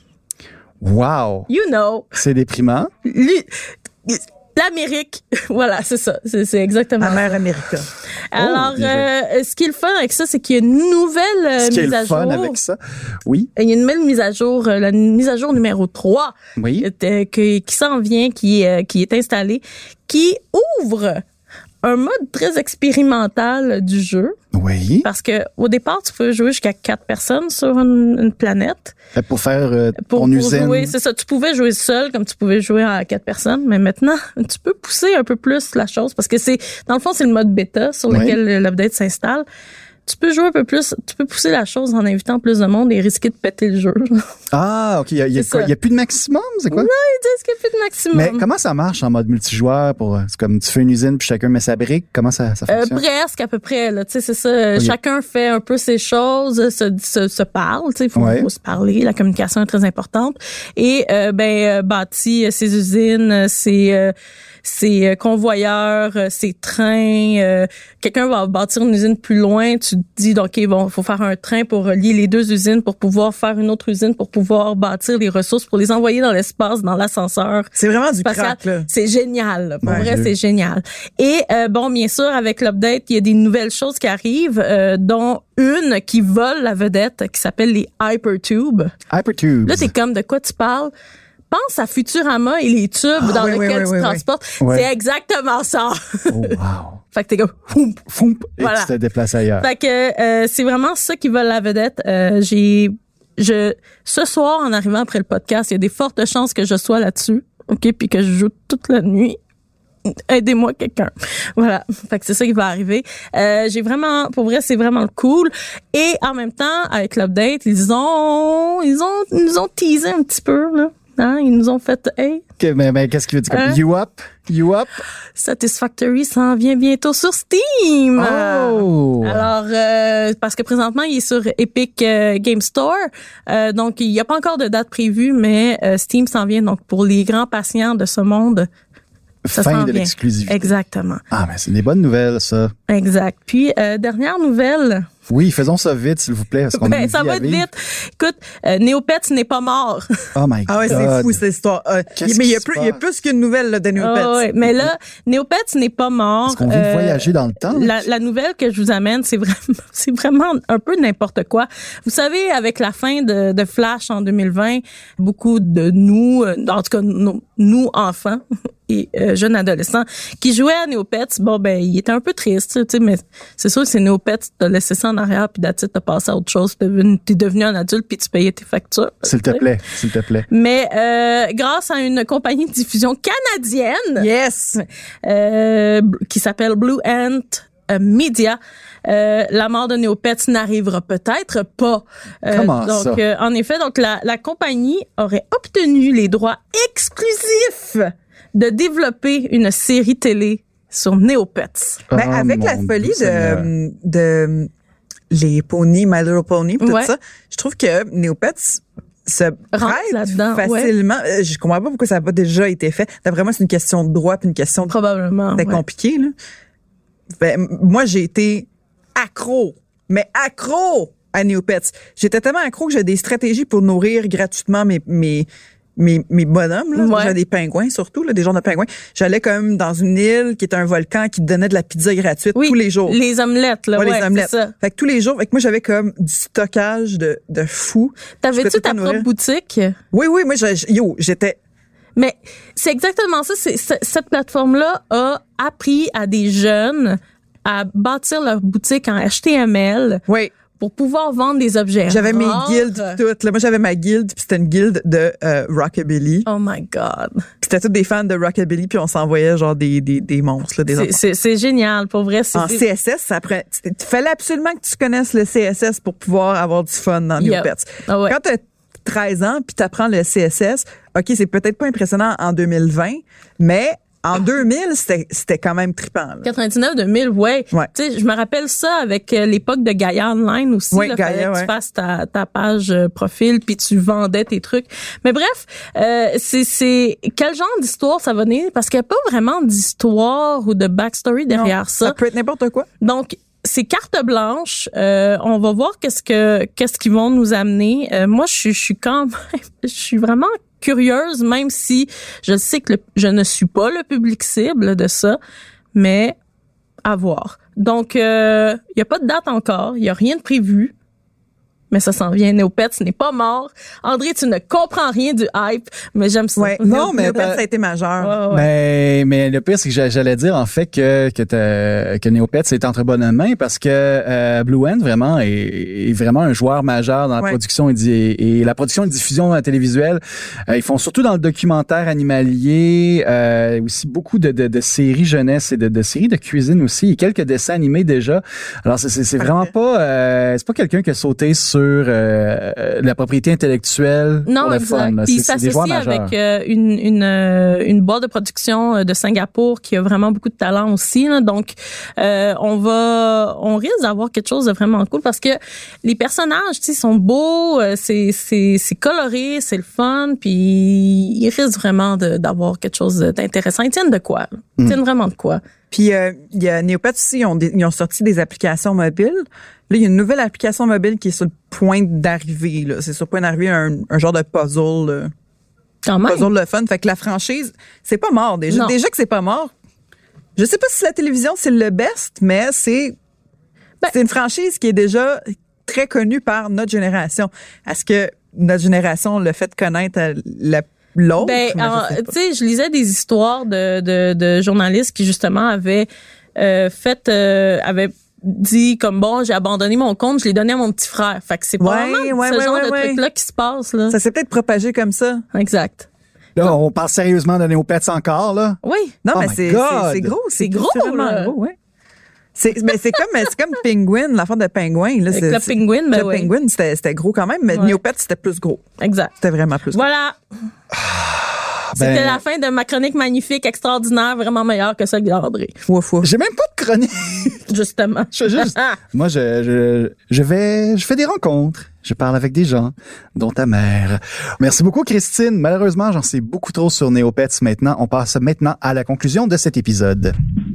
Wow! You know, C'est déprimant. lui, l'Amérique, voilà, c'est ça, c'est, c'est exactement. Ma ça. mère américaine. Alors, bien euh, ce qui est le fun avec ça, c'est qu'il y a une nouvelle euh, Ce qui est mise le à fun jour. avec ça. Oui, Il y a une nouvelle mise à jour, euh, la mise à jour numéro trois. oui. euh, que- qui s'en vient, qui, euh, qui est installé, qui ouvre un mode très expérimental du jeu. Oui. Parce que au départ, tu pouvais jouer jusqu'à quatre personnes sur une, une planète. Fait Pour faire euh, Pour, ton pour usine. jouer, c'est ça. Tu pouvais jouer seul comme tu pouvais jouer à quatre personnes, mais maintenant, tu peux pousser un peu plus la chose parce que c'est, dans le fond, c'est le mode bêta sur Oui. lequel l'update s'installe. tu peux jouer un peu plus, tu peux pousser la chose en invitant plus de monde et risquer de péter le jeu. Ah, OK. Il y a, il y a C'est quoi? ça. Il y a plus de maximum? C'est quoi? Non, ils disent qu'il n'y a plus de maximum. Mais comment ça marche en mode multijoueur? Pour, c'est comme tu fais une usine puis chacun met sa brique. Comment ça, ça Euh, fonctionne? presque à peu près là, tu sais c'est ça. Ok. Chacun fait un peu ses choses, se se, se parle, tu sais, faut, Ouais. faut se parler. La communication est très importante et euh, ben euh, bâtit euh, ses usines, euh, ses euh, ses euh, convoyeurs, euh, ses trains. euh, quelqu'un va bâtir une usine plus loin, tu te dis ok bon, faut faire un train pour relier les deux usines pour pouvoir faire une autre usine pour pouvoir bâtir les ressources pour les envoyer dans l'espace dans l'ascenseur. C'est vraiment du Spatial. crack, là. C'est génial. Là. Pour Ouais, vrai, je- c'est génial. Et euh, bon, bien sûr, avec l'update, il y a des nouvelles choses qui arrivent, euh, dont une qui vole la vedette, qui s'appelle les Hypertubes. Hypertube. Là, c'est comme de quoi tu parles. Pense à Futurama et les tubes Ah, dans oui, lesquels oui, tu oui, oui, transportes. oui. C'est exactement ça. Oh, wow. Fait que t'es comme... Foum. Foum, et Voilà. tu te déplaces ailleurs. Fait que euh, c'est vraiment ça qui vole la vedette. Euh, j'ai... Je, ce soir, en arrivant après le podcast, il y a des fortes chances que je sois là-dessus, OK, puis que je joue toute la nuit. Aidez-moi quelqu'un. Voilà. Fait que c'est ça qui va arriver. Euh, j'ai vraiment, pour vrai, c'est vraiment cool. Et en même temps, avec l'update, ils ont, ils ont, ils nous ont teasé un petit peu, là. Hein? Ils nous ont fait, hey, Ok, mais, mais qu'est-ce qu'il veut dire? Comme Hein? You up? You up? Satisfactory s'en vient bientôt sur Steam. Oh! Alors, euh, parce que présentement, il est sur Epic euh, Game Store. Euh, donc, il n'y a pas encore de date prévue, mais euh, Steam s'en vient. Donc, pour les grands patients de ce monde, ça Fin s'en de vient. l'exclusivité. Exactement. Ah, mais c'est des bonnes nouvelles, ça. Exact. Puis, euh, dernière nouvelle. Oui, faisons ça vite, s'il vous plaît, parce qu'on a Ben, une ça vie va à être vivre. vite. Écoute, euh, Neopets n'est pas mort. Oh my Ah ouais, God. c'est fou, cette histoire. Euh, Qu'est-ce mais il y qui a se plus, il y a passe? plus qu'une nouvelle, là, de Neopets. Ah ouais. Mais là, Neopets n'est pas mort. Est-ce qu'on vient de Euh, voyager dans le temps? La, la nouvelle que je vous amène, c'est vraiment, c'est vraiment un peu n'importe quoi. Vous savez, avec la fin de, de Flash en deux mille vingt, beaucoup de nous, euh, en tout cas nous, nous enfants et euh, jeunes adolescents, qui jouaient à Neopets, bon ben, ils étaient un peu tristes, tu sais, mais c'est sûr que c'est Neopets, t'as laissé ça en arrière, puis that's it, t'as passé à autre chose, t'es devenu, t'es devenu un adulte, puis tu payais tes factures. S'il te plaît, s'il te plaît. Mais euh, grâce à une compagnie de diffusion canadienne, Yes! euh, qui s'appelle Blue Ant euh, Media. Euh, la mort de Neopets n'arrivera peut-être pas. Euh, Comment donc, ça? euh, en effet, donc la, la compagnie aurait obtenu les droits exclusifs de développer une série télé sur Neopets. Ben, Oh, avec mon la folie doux Seigneur. de, de les ponies, My Little Pony, pis tout Ouais. ça, je trouve que Neopets se Rentre prête là-dedans, facilement. Euh, Je comprends pas pourquoi ça n'a pas déjà été fait. D'après moi, c'est une question de droit puis une question de... Probablement. C'était ouais. compliqué, là. Ben, m- moi, j'ai été accro, mais accro à Neopets. J'étais tellement accro que j'ai des stratégies pour nourrir gratuitement mes, mes, mes, mes bonhommes, là. Ouais. J'ai des pingouins, surtout, là, des genres de pingouins. J'allais comme dans une île qui était un volcan qui te donnait de la pizza gratuite Oui, tous les jours. Les omelettes, là. Ouais, Ouais, les omelettes. c'est ça. Fait que tous les jours, fait que moi, j'avais comme du stockage de, de fou. Je peux T'avais-tu tout ta le temps nourrir. propre boutique? Oui, oui, moi, j'ai- j'ai- yo, j'étais... Mais c'est exactement ça. C'est, c'est- cette plateforme-là a appris à des jeunes à bâtir leur boutique en H T M L Oui. pour pouvoir vendre des objets J'avais mes rares. guildes pis toutes. Là, moi, j'avais ma guilde, puis c'était une guilde de euh, Rockabilly. Oh my God. Puis c'était tous des fans de Rockabilly, puis on s'envoyait genre des, des, des monstres, là, des C'est, enfants. c'est, c'est génial. Pour vrai, c'est... En C S S, ça prend... Il fallait absolument que tu connaisses le C S S pour pouvoir avoir du fun dans Yep. Neopets. Ah ouais. Quand t'as treize ans, puis t'apprends le C S S, OK, c'est peut-être pas impressionnant en deux mille vingt, mais en deux mille, c'était, c'était quand même trippant. Là. quatre-vingt-dix-neuf deux mille, ouais. Ouais. Tu sais, je me rappelle ça avec euh, l'époque de Gaia Online aussi. Ouais, là, Gaia, fallait que ouais. tu fasses ta, ta page euh, profil puis tu vendais tes trucs. Mais bref, euh, c'est, c'est quel genre d'histoire ça va donner? Parce qu'il n'y a pas vraiment d'histoire ou de backstory derrière Non, ça. Ça peut être n'importe quoi. Donc, c'est carte blanche. Euh, on va voir qu'est-ce que qu'est-ce qu'ils vont nous amener. Euh, moi, je suis, je suis quand même, je suis vraiment curieuse, même si je sais que le- je ne suis pas le public cible de ça, mais à voir. Donc, il euh, y a pas de date encore, il y a rien de prévu. mais ça s'en vient. Néopets n'est pas mort. André, tu ne comprends rien du hype, mais j'aime ça. Ouais. Non, mais Néopets, ça a été majeur. Ouais, ouais. Mais, mais le pire, c'est que j'allais dire, en fait, que, que, que Néopets est entre bonnes mains parce que euh, Blue End, vraiment, est, est vraiment un joueur majeur dans la ouais. production et, et, et la production et diffusion télévisuelle. Euh, ils font surtout dans le documentaire animalier, euh, aussi beaucoup de, de, de séries jeunesse et de, de séries de cuisine aussi, et quelques dessins animés déjà. Alors, c'est, c'est, c'est vraiment pas... Euh, c'est pas quelqu'un qui a sauté sur euh, la propriété intellectuelle non, pour le exact. fun. Là. Puis c'est, il c'est s'associe avec euh, une, une, euh, une boîte de production de Singapour qui a vraiment beaucoup de talent aussi. Là. Donc, euh, on va... On risque d'avoir quelque chose de vraiment cool parce que les personnages, tu sais, sont beaux, c'est, c'est, c'est coloré, c'est le fun, puis ils risquent vraiment de, d'avoir quelque chose d'intéressant. Ils tiennent de quoi? Ils mm. tiennent vraiment de quoi? Puis, euh, il y a Néopets aussi, ils ont, des, ils ont sorti des applications mobiles. Là, il y a une nouvelle application mobile qui est sur le point d'arriver. Là. C'est sur le point d'arriver un, un genre de puzzle. Là. Quand même. Puzzle le fun. Fait que la franchise, c'est pas mort. Déjà, déjà que c'est pas mort. Je sais pas si la télévision, c'est le best, mais c'est, ben, c'est une franchise qui est déjà très connue par notre génération. Est-ce que notre génération le fait connaître la l'autre? Ben, tu sais, je lisais des histoires de, de, de journalistes qui, justement, avaient euh, fait... Euh, avaient dit comme bon, j'ai abandonné mon compte, je l'ai donné à mon petit frère. Fait que c'est pas ouais, vraiment ouais, ce ouais, genre ouais, de ouais. truc-là qui se passe, là. Ça s'est peut-être propagé comme ça. Exact. Là, on parle sérieusement de Néopets encore, là? Oui. Non, oh mais c'est, c'est, c'est gros. C'est, c'est gros, c'est là. Gros, ouais. C'est, mais c'est comme, c'est comme Penguin, l'affaire de Penguin, là. Avec c'est, le c'est, Penguin, ben le oui. Penguin, c'était, c'était gros quand même, mais ouais. Néopets, c'était plus gros. Exact. C'était vraiment plus gros. Voilà. Ben, c'était la fin de ma chronique magnifique, extraordinaire, vraiment meilleure que celle d'André. Ouf, ouf. J'ai même pas de chronique. Justement. je juste, moi, je, je, je vais, je fais des rencontres. Je parle avec des gens, dont ta mère. Merci beaucoup, Christine. Malheureusement, j'en sais beaucoup trop sur Néopets maintenant. On passe maintenant à la conclusion de cet épisode.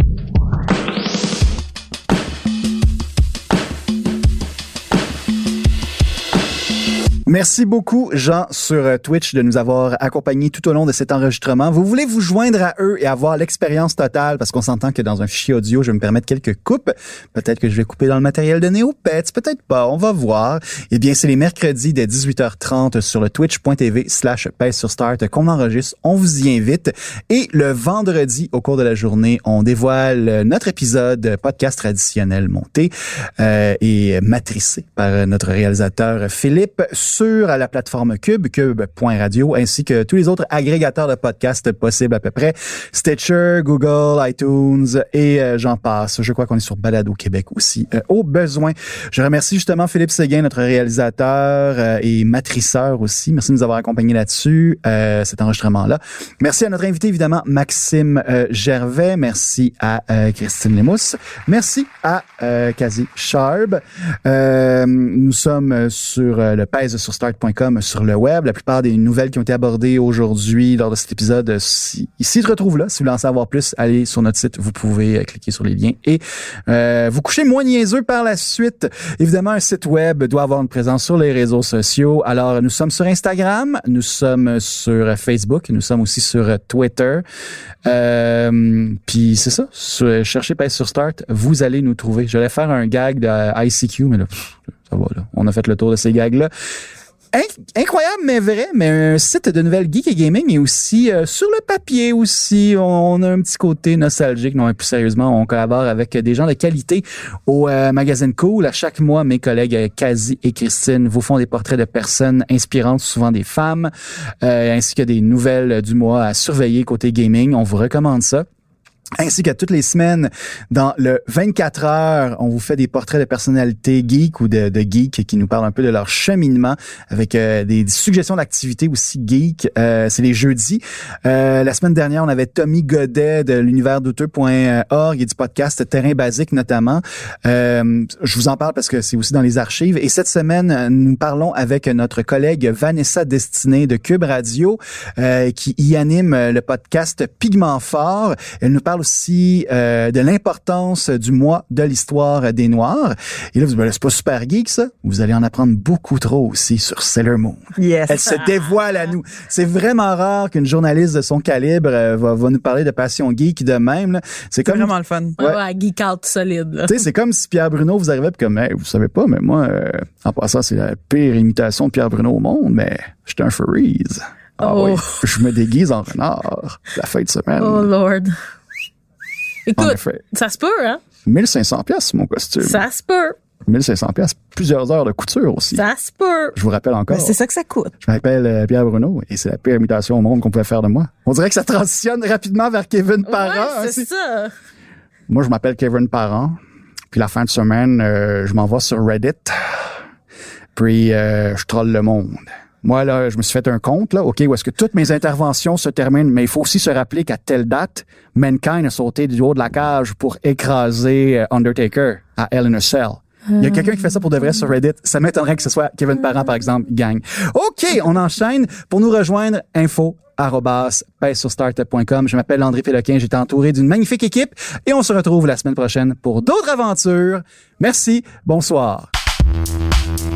Merci beaucoup, Jean, sur Twitch, de nous avoir accompagnés tout au long de cet enregistrement. Vous voulez vous joindre à eux et avoir l'expérience totale, parce qu'on s'entend que dans un fichier audio, je vais me permettre quelques coupes. Peut-être que je vais couper dans le matériel de Néopets, peut-être pas, on va voir. Eh bien, c'est les mercredis dès dix-huit heures trente sur le twitch.tv slash pèse sur start qu'on enregistre. On vous y invite. Et le vendredi, au cours de la journée, on dévoile notre épisode podcast traditionnel monté euh, et matricé par notre réalisateur Philippe sur la plateforme Cube, cube point radio, ainsi que tous les autres agrégateurs de podcasts possibles à peu près. Stitcher, Google, iTunes et euh, j'en passe. Je crois qu'on est sur Balado Québec aussi, euh, au besoin. Je remercie justement Philippe Séguin, notre réalisateur euh, et matriceur aussi. Merci de nous avoir accompagnés là-dessus, euh, cet enregistrement-là. Merci à notre invité, évidemment, Maxime euh, Gervais. Merci à euh, Christine Lemousse. Merci à euh, Kazi Sharp. Euh, nous sommes sur euh, le pèse sur start point com sur le web. La plupart des nouvelles qui ont été abordées aujourd'hui lors de cet épisode si, ici se retrouvent là. Si vous voulez en savoir plus, allez sur notre site. Vous pouvez euh, cliquer sur les liens et euh, vous coucher moins niaiseux par la suite. Évidemment, un site web doit avoir une présence sur les réseaux sociaux. Alors, nous sommes sur Instagram, nous sommes sur Facebook, nous sommes aussi sur Twitter. Euh, Puis c'est ça. Sur, cherchez Pèse sur Start, vous allez nous trouver. J'allais faire un gag de I C Q, mais là, pff, ça va là. On a fait le tour de ces gags-là. Incroyable, mais vrai, mais un site de nouvelles geek et gaming et aussi euh, sur le papier aussi. On, on a un petit côté nostalgique. Non, plus sérieusement, on collabore avec des gens de qualité au euh, magazine Cool. À chaque mois, mes collègues Kazi et Christine vous font des portraits de personnes inspirantes, souvent des femmes, euh, ainsi que des nouvelles du mois à surveiller côté gaming. On vous recommande ça. Ainsi qu'à toutes les semaines, dans le vingt-quatre heures, on vous fait des portraits de personnalités geeks ou de, de geeks qui nous parlent un peu de leur cheminement avec euh, des, des suggestions d'activités aussi geeks. Euh, c'est les jeudis. Euh, la semaine dernière, on avait Tommy Godet de l'univers douteux point org et du podcast Terrain Basique notamment. Euh, je vous en parle parce que c'est aussi dans les archives. Et cette semaine, nous parlons avec notre collègue Vanessa Destinée de Cube Radio euh, qui y anime le podcast Pigment Fort. Elle nous parle parle aussi euh, de l'importance du mois de l'histoire des Noirs. Et là, vous dites, ben, c'est pas super geek, ça? Vous allez en apprendre beaucoup trop aussi sur Sailor Moon. Yes. Elle se dévoile à nous. C'est vraiment rare qu'une journaliste de son calibre euh, va, va nous parler de passion geek de même. Là. C'est comme C'est vraiment le fun. Ouais, ouais, ouais, geek out solide. Là. Tu sais, c'est comme si Pierre Bruno vous arrivait puis comme, hey, vous savez pas, mais moi, euh, en passant, c'est la pire imitation de Pierre Bruno au monde, mais j'étais un furries. Ah Oh. oui, je me déguise en renard la fin de semaine. Oh Lord. En Écoute, effet. ça se peut, hein? mille cinq cents piastres, mon costume. Ça se peut. mille cinq cents piastres, plusieurs heures de couture aussi. Ça se peut. Je vous rappelle encore. Ben, c'est ça que ça coûte. Je m'appelle euh, Pierre Bruno et c'est la pire imitation au monde qu'on pouvait faire de moi. On dirait que ça transitionne rapidement vers Kevin Parent. Ouais, hein, c'est ça. Moi, je m'appelle Kevin Parent. Puis la fin de semaine, euh, je m'en vais sur Reddit. Puis euh, je troll le monde. Moi, là, je me suis fait un compte, là, OK, où est-ce que toutes mes interventions se terminent, mais il faut aussi se rappeler qu'à telle date, Mankind a sauté du haut de la cage pour écraser euh, Undertaker à Hell in a Cell. Il y a quelqu'un qui fait ça pour de vrai sur Reddit. Ça m'étonnerait que ce soit Kevin Parent, par exemple, gang. OK, on enchaîne. Pour nous rejoindre, info arobase pèse sur startup point com. Je m'appelle André Péloquin. J'étais entouré d'une magnifique équipe et on se retrouve la semaine prochaine pour d'autres aventures. Merci. Bonsoir.